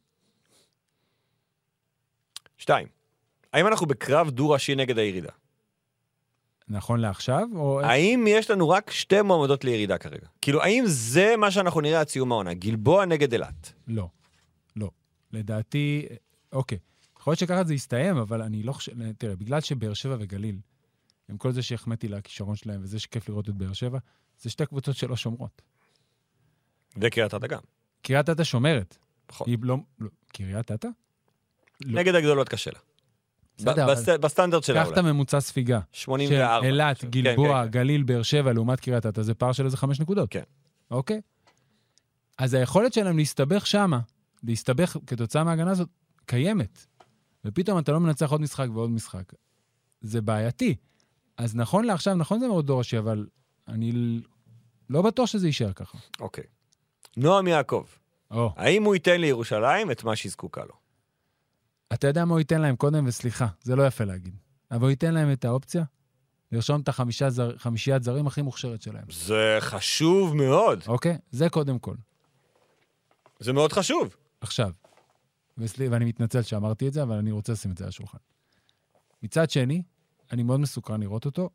שתיים. האם אנחנו בקרב דו-ראשי נגד הירידה? נכון לעכשיו? או... האם יש לנו רק שתי מועמדות לירידה כרגע? כאילו, האם זה מה שאנחנו נראה עד סיום העונה? גלבוע נגד אילת? לא. לא. לדעתי, אוקיי. יכול להיות שככה זה יסתיים, אבל אני לא חושב... תראה, בגלל שבאר שבע וגליל, עם כל זה שהחמאתי לכישרון שלהם, וזה שכיף לראות את באר שבע, זה שתי קבוצות שלא שומרות. וקריית אתא גם. קריית אתא שומרת. נכון. היא לא... לא... קריית אתא? לא. נגד הגדולות קשה לה. בסדר, בסט... בסטנדרט שלה קח אולי. את הממוצע ספיגה. שמונים וארבע. של אילת, גלבוע, כן, כן, גליל, באר שבע, לעומת קריית אתא, זה פער של איזה חמש נקודות. כן. אוקיי? אז היכולת שלהם להסתבך שמה, להסתבך כתוצאה מההגנה הזאת, קיימת. ופתאום אתה לא מנצח עוד משחק ועוד משחק. זה בעייתי. אז נכון לעכשיו, נכון זה מאוד דורשי, אבל אני לא בטוח שזה יישאר ככה. אוקיי. נועם יעקב. או. האם הוא ייתן לירושלים את מה שהזקוקה לו? אתה יודע מה הוא ייתן להם קודם, וסליחה, זה לא יפה להגיד. אבל הוא ייתן להם את האופציה, לרשום את החמישיית זרים הכי מוכשרת שלהם. זה חשוב מאוד. אוקיי? זה קודם כל. זה מאוד חשוב. עכשיו, וסלי, ואני מתנצל שאמרתי את זה, אבל אני רוצה לשים את זה על השולחן. מצד שני, אני מאוד מסוכרן לראות אותו,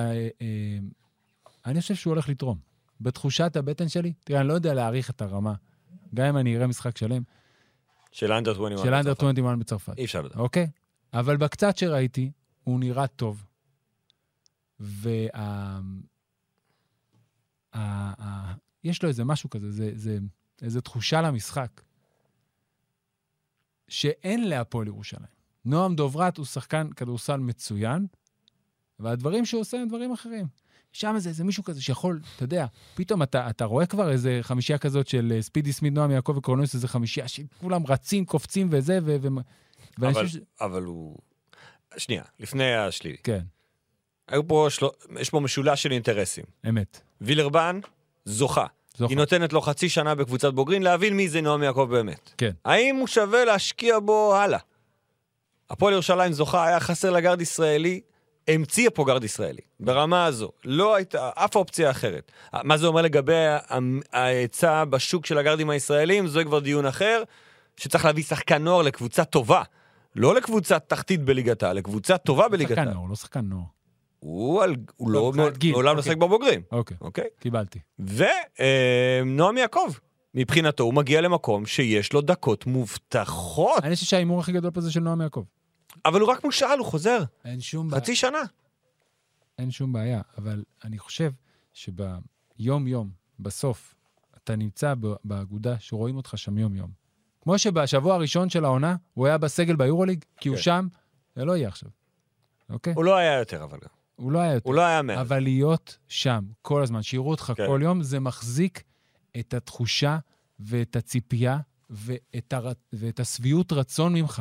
ואני חושב שהוא הולך לתרום. בתחושת הבטן שלי, תראה, אני לא יודע להעריך את הרמה, גם אם אני אראה משחק שלם, של אנדר עשרים ואחת של אנדר עשרים ואחת בצרפת. אי אפשר לדעת. אוקיי? אבל בקצת שראיתי, הוא נראה טוב. וה... יש לו איזה משהו כזה, זה, זה, איזה תחושה למשחק, שאין להפועל ירושלים. נועם דוברת הוא שחקן כדורסל מצוין, והדברים שהוא עושה הם דברים אחרים. שם זה, זה מישהו כזה שיכול, אתה יודע, פתאום אתה, אתה רואה כבר איזה חמישייה כזאת של ספידי סמית, נועם יעקב וקרונוס, איזה חמישייה שכולם רצים, קופצים וזה, ו... ו... אבל, ש... אבל הוא... שנייה, לפני השלילי. כן. היו פה, של... יש פה משולש של אינטרסים. אמת. וילרבן זוכה. זוכה. היא נותנת לו חצי שנה בקבוצת בוגרין, להבין מי זה נועם יעקב באמת. כן. האם הוא שווה להשקיע בו הלאה? הפועל ירושלים זוכה, היה חסר לגרד ישראלי, המציאה פה גרד ישראלי, ברמה הזו. לא הייתה אף אופציה אחרת. מה זה אומר לגבי ההיצע בשוק של הגרדים הישראלים? זו כבר דיון אחר, שצריך להביא שחקן נוער לקבוצה טובה. לא לקבוצת תחתית בליגתה, לקבוצה טובה בליגתה. שחקן נוער, לא שחקן נוער. הוא, על, הוא לא, גיל, מעולם אוקיי. נוסק בבוגרים. אוקיי, אוקיי? קיבלתי. ונועם יעקב, מבחינתו הוא מגיע למקום שיש לו דקות מובטחות. אני חושב שהאימור הכי גדול פה זה של נועם יעקב. אבל הוא רק מושאל, הוא חוזר. אין שום בעיה. חצי שנה. אין שום בעיה, אבל אני חושב שביום יום, בסוף, אתה נמצא באגודה שרואים אותך שם יום יום. כמו שבשבוע הראשון של העונה, הוא היה בסגל ביורוליג, כי הוא שם, זה לא יהיה עכשיו. אוקיי? הוא לא היה יותר, אבל גם. הוא לא היה יותר. הוא לא היה מעל. אבל להיות שם כל הזמן, שיראו אותך כל יום, זה מחזיק את התחושה ואת הציפייה ואת, הר... ואת הסביות רצון ממך.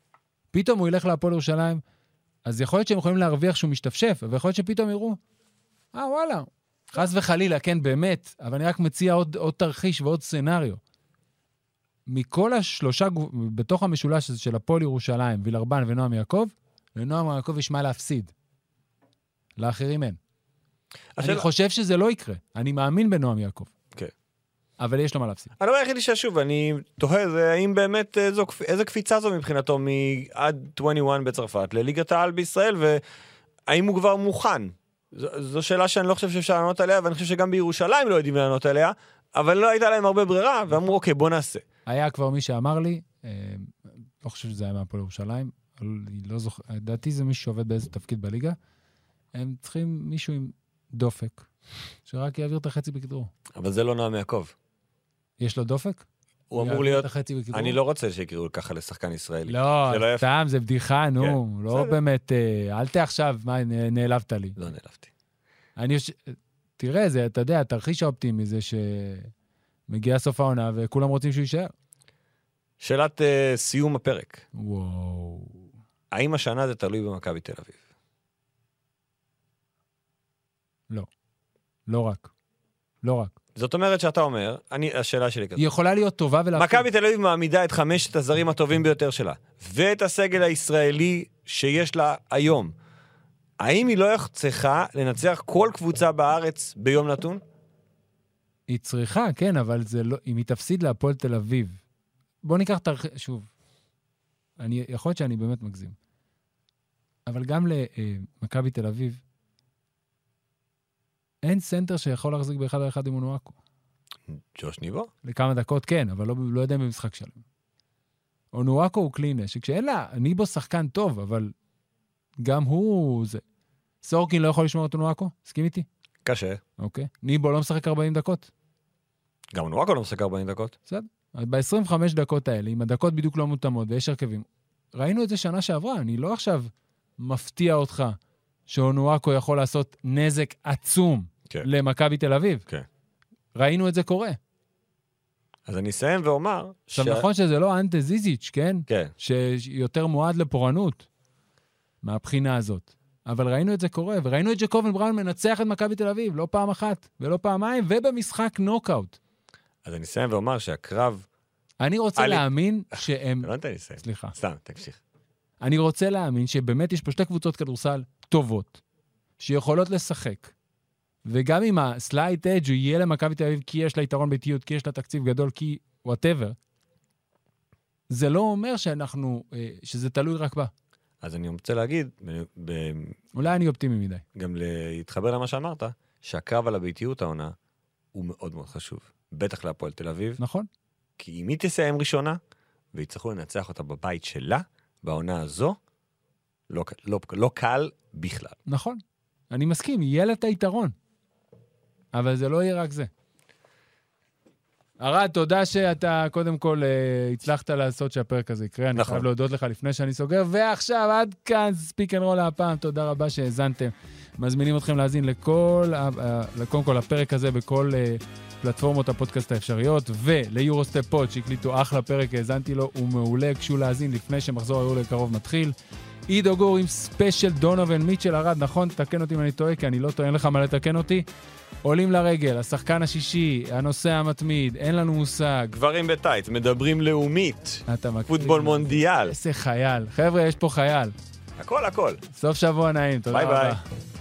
פתאום הוא ילך להפועל ירושלים, אז יכול להיות שהם יכולים להרוויח שהוא משתפשף, אבל יכול להיות שפתאום יראו, אה, וואלה. חס וחלילה, כן, באמת, אבל אני רק מציע עוד, עוד תרחיש ועוד סנריו. מכל השלושה, בתוך המשולש הזה של הפועל ירושלים, וילרבן ונועם יעקב, לנועם יעקב יש מה להפסיד. לאחרים אין. השאלה... אני חושב שזה לא יקרה. אני מאמין בנועם יעקב. כן. אבל יש לו מה להפסיד. הדבר היחידי ששוב, אני תוהה, זה האם באמת, זו, איזה קפיצה זו מבחינתו מעד עשרים ואחת בצרפת לליגת העל בישראל, והאם הוא כבר מוכן? זו, זו שאלה שאני לא חושב שאפשר לענות עליה, ואני חושב שגם בירושלים לא יודעים לענות עליה, אבל לא הייתה להם הרבה ברירה, ואמרו, אוקיי, בוא נעשה. היה כבר מי שאמר לי, אה, לא חושב שזה היה מהפועל ירושלים, לא זוכר, דעתי זה מישהו שעובד באיזה תפקיד בליגה, הם צריכים מישהו עם דופק, שרק יעביר את החצי בכדרור. אבל זה לא נועם יעקב. יש לו דופק? הוא אמור להיות... אני לא רוצה שיקראו ככה לשחקן ישראלי. לא, סתם, זה בדיחה, נו. לא באמת, אל תה עכשיו, מה, נעלבת לי. לא נעלבתי. אני חושב... תראה, זה, אתה יודע, התרחיש האופטימי זה שמגיע סוף העונה וכולם רוצים שהוא יישאר. שאלת uh, סיום הפרק. וואו. האם השנה זה תלוי במכבי תל אביב? לא. לא רק. לא רק. זאת אומרת שאתה אומר, אני, השאלה שלי כזאת. היא יכולה להיות טובה ולהפסיד. מכבי תל אביב מעמידה את חמשת הזרים הטובים ביותר שלה, ואת הסגל הישראלי שיש לה היום. האם היא לא צריכה לנצח כל קבוצה בארץ ביום נתון? היא צריכה, כן, אבל זה לא, אם היא תפסיד להפועל תל אביב, בוא ניקח תרח... שוב, אני, יכול להיות שאני באמת מגזים, אבל גם למכבי תל אביב, אין סנטר שיכול להחזיק באחד על אחד עם אונואקו. ג'וש ניבו? לכמה דקות כן, אבל לא, לא יודע במשחק שלהם. אונואקו הוא כלי נשק, שאין לה, ניבו שחקן טוב, אבל גם הוא זה. סורקין לא יכול לשמור את אונואקו? הסכים איתי? קשה. אוקיי. ניבו לא משחק ארבעים דקות? גם אונואקו לא משחק ארבעים דקות. בסדר. ב-עשרים וחמש דקות האלה, אם הדקות בדיוק לא מותאמות ויש הרכבים, ראינו את זה שנה שעברה, אני לא עכשיו מפתיע אותך שאונואקו יכול לעשות נזק עצום כן. למכבי תל אביב. כן. ראינו את זה קורה. אז אני אסיים ואומר... עכשיו ש... נכון שזה לא אנטה זיזיץ', כן? כן. שיותר מועד לפורענות מהבחינה הזאת. אבל ראינו את זה קורה, וראינו את ג'קובן בראון מנצח את מכבי תל אביב, לא פעם אחת ולא פעמיים, ובמשחק נוקאוט. אז אני אסיים ואומר שהקרב... אני רוצה להאמין שהם... לא נתן לי לסיים. סליחה. סתם, תמשיך. אני רוצה להאמין שבאמת יש פה שתי קבוצות כדורסל טובות, שיכולות לשחק. וגם אם הסלייט אדג' הוא יהיה למכבי תל אביב, כי יש לה יתרון ביתיות, כי יש לה תקציב גדול, כי whatever, זה לא אומר שאנחנו, שזה תלוי רק בה. אז אני רוצה להגיד... ב... אולי אני אופטימי מדי. גם להתחבר למה שאמרת, שהקרב על הביתיות העונה הוא מאוד מאוד חשוב. בטח להפועל תל אביב. נכון. כי אם היא תסיים ראשונה, ויצטרכו לנצח אותה בבית שלה, בעונה הזו, לא, לא, לא קל בכלל. נכון. אני מסכים, יהיה לה את היתרון. אבל זה לא יהיה רק זה. ארד, תודה שאתה קודם כל הצלחת לעשות שהפרק הזה יקרה. אני חייב להודות לך לפני שאני סוגר. ועכשיו, עד כאן ספיק אנד רול הפעם. תודה רבה שהזנתם. מזמינים אתכם להזין לכל, קודם כל הפרק הזה בכל פלטפורמות הפודקאסט האפשריות, וליורוסטפ פוד שהקליטו אחלה פרק, האזנתי לו, הוא מעולה, קשו להזין לפני שמחזור היורו לקרוב מתחיל. עידו גור עם ספיישל דונובין מיטשל ארד, נכון? תתקן אותי אם אני טועה, כי אני לא טוען לך מה לתקן אותי. עולים לרגל, השחקן השישי, הנושא המתמיד, אין לנו מושג. גברים בטייץ, מדברים לאומית. פוטבול מונדיאל. איזה חייל. חבר'ה, יש פה חייל. הכל, הכל. סוף שבוע נעים, תודה רבה. ביי ביי.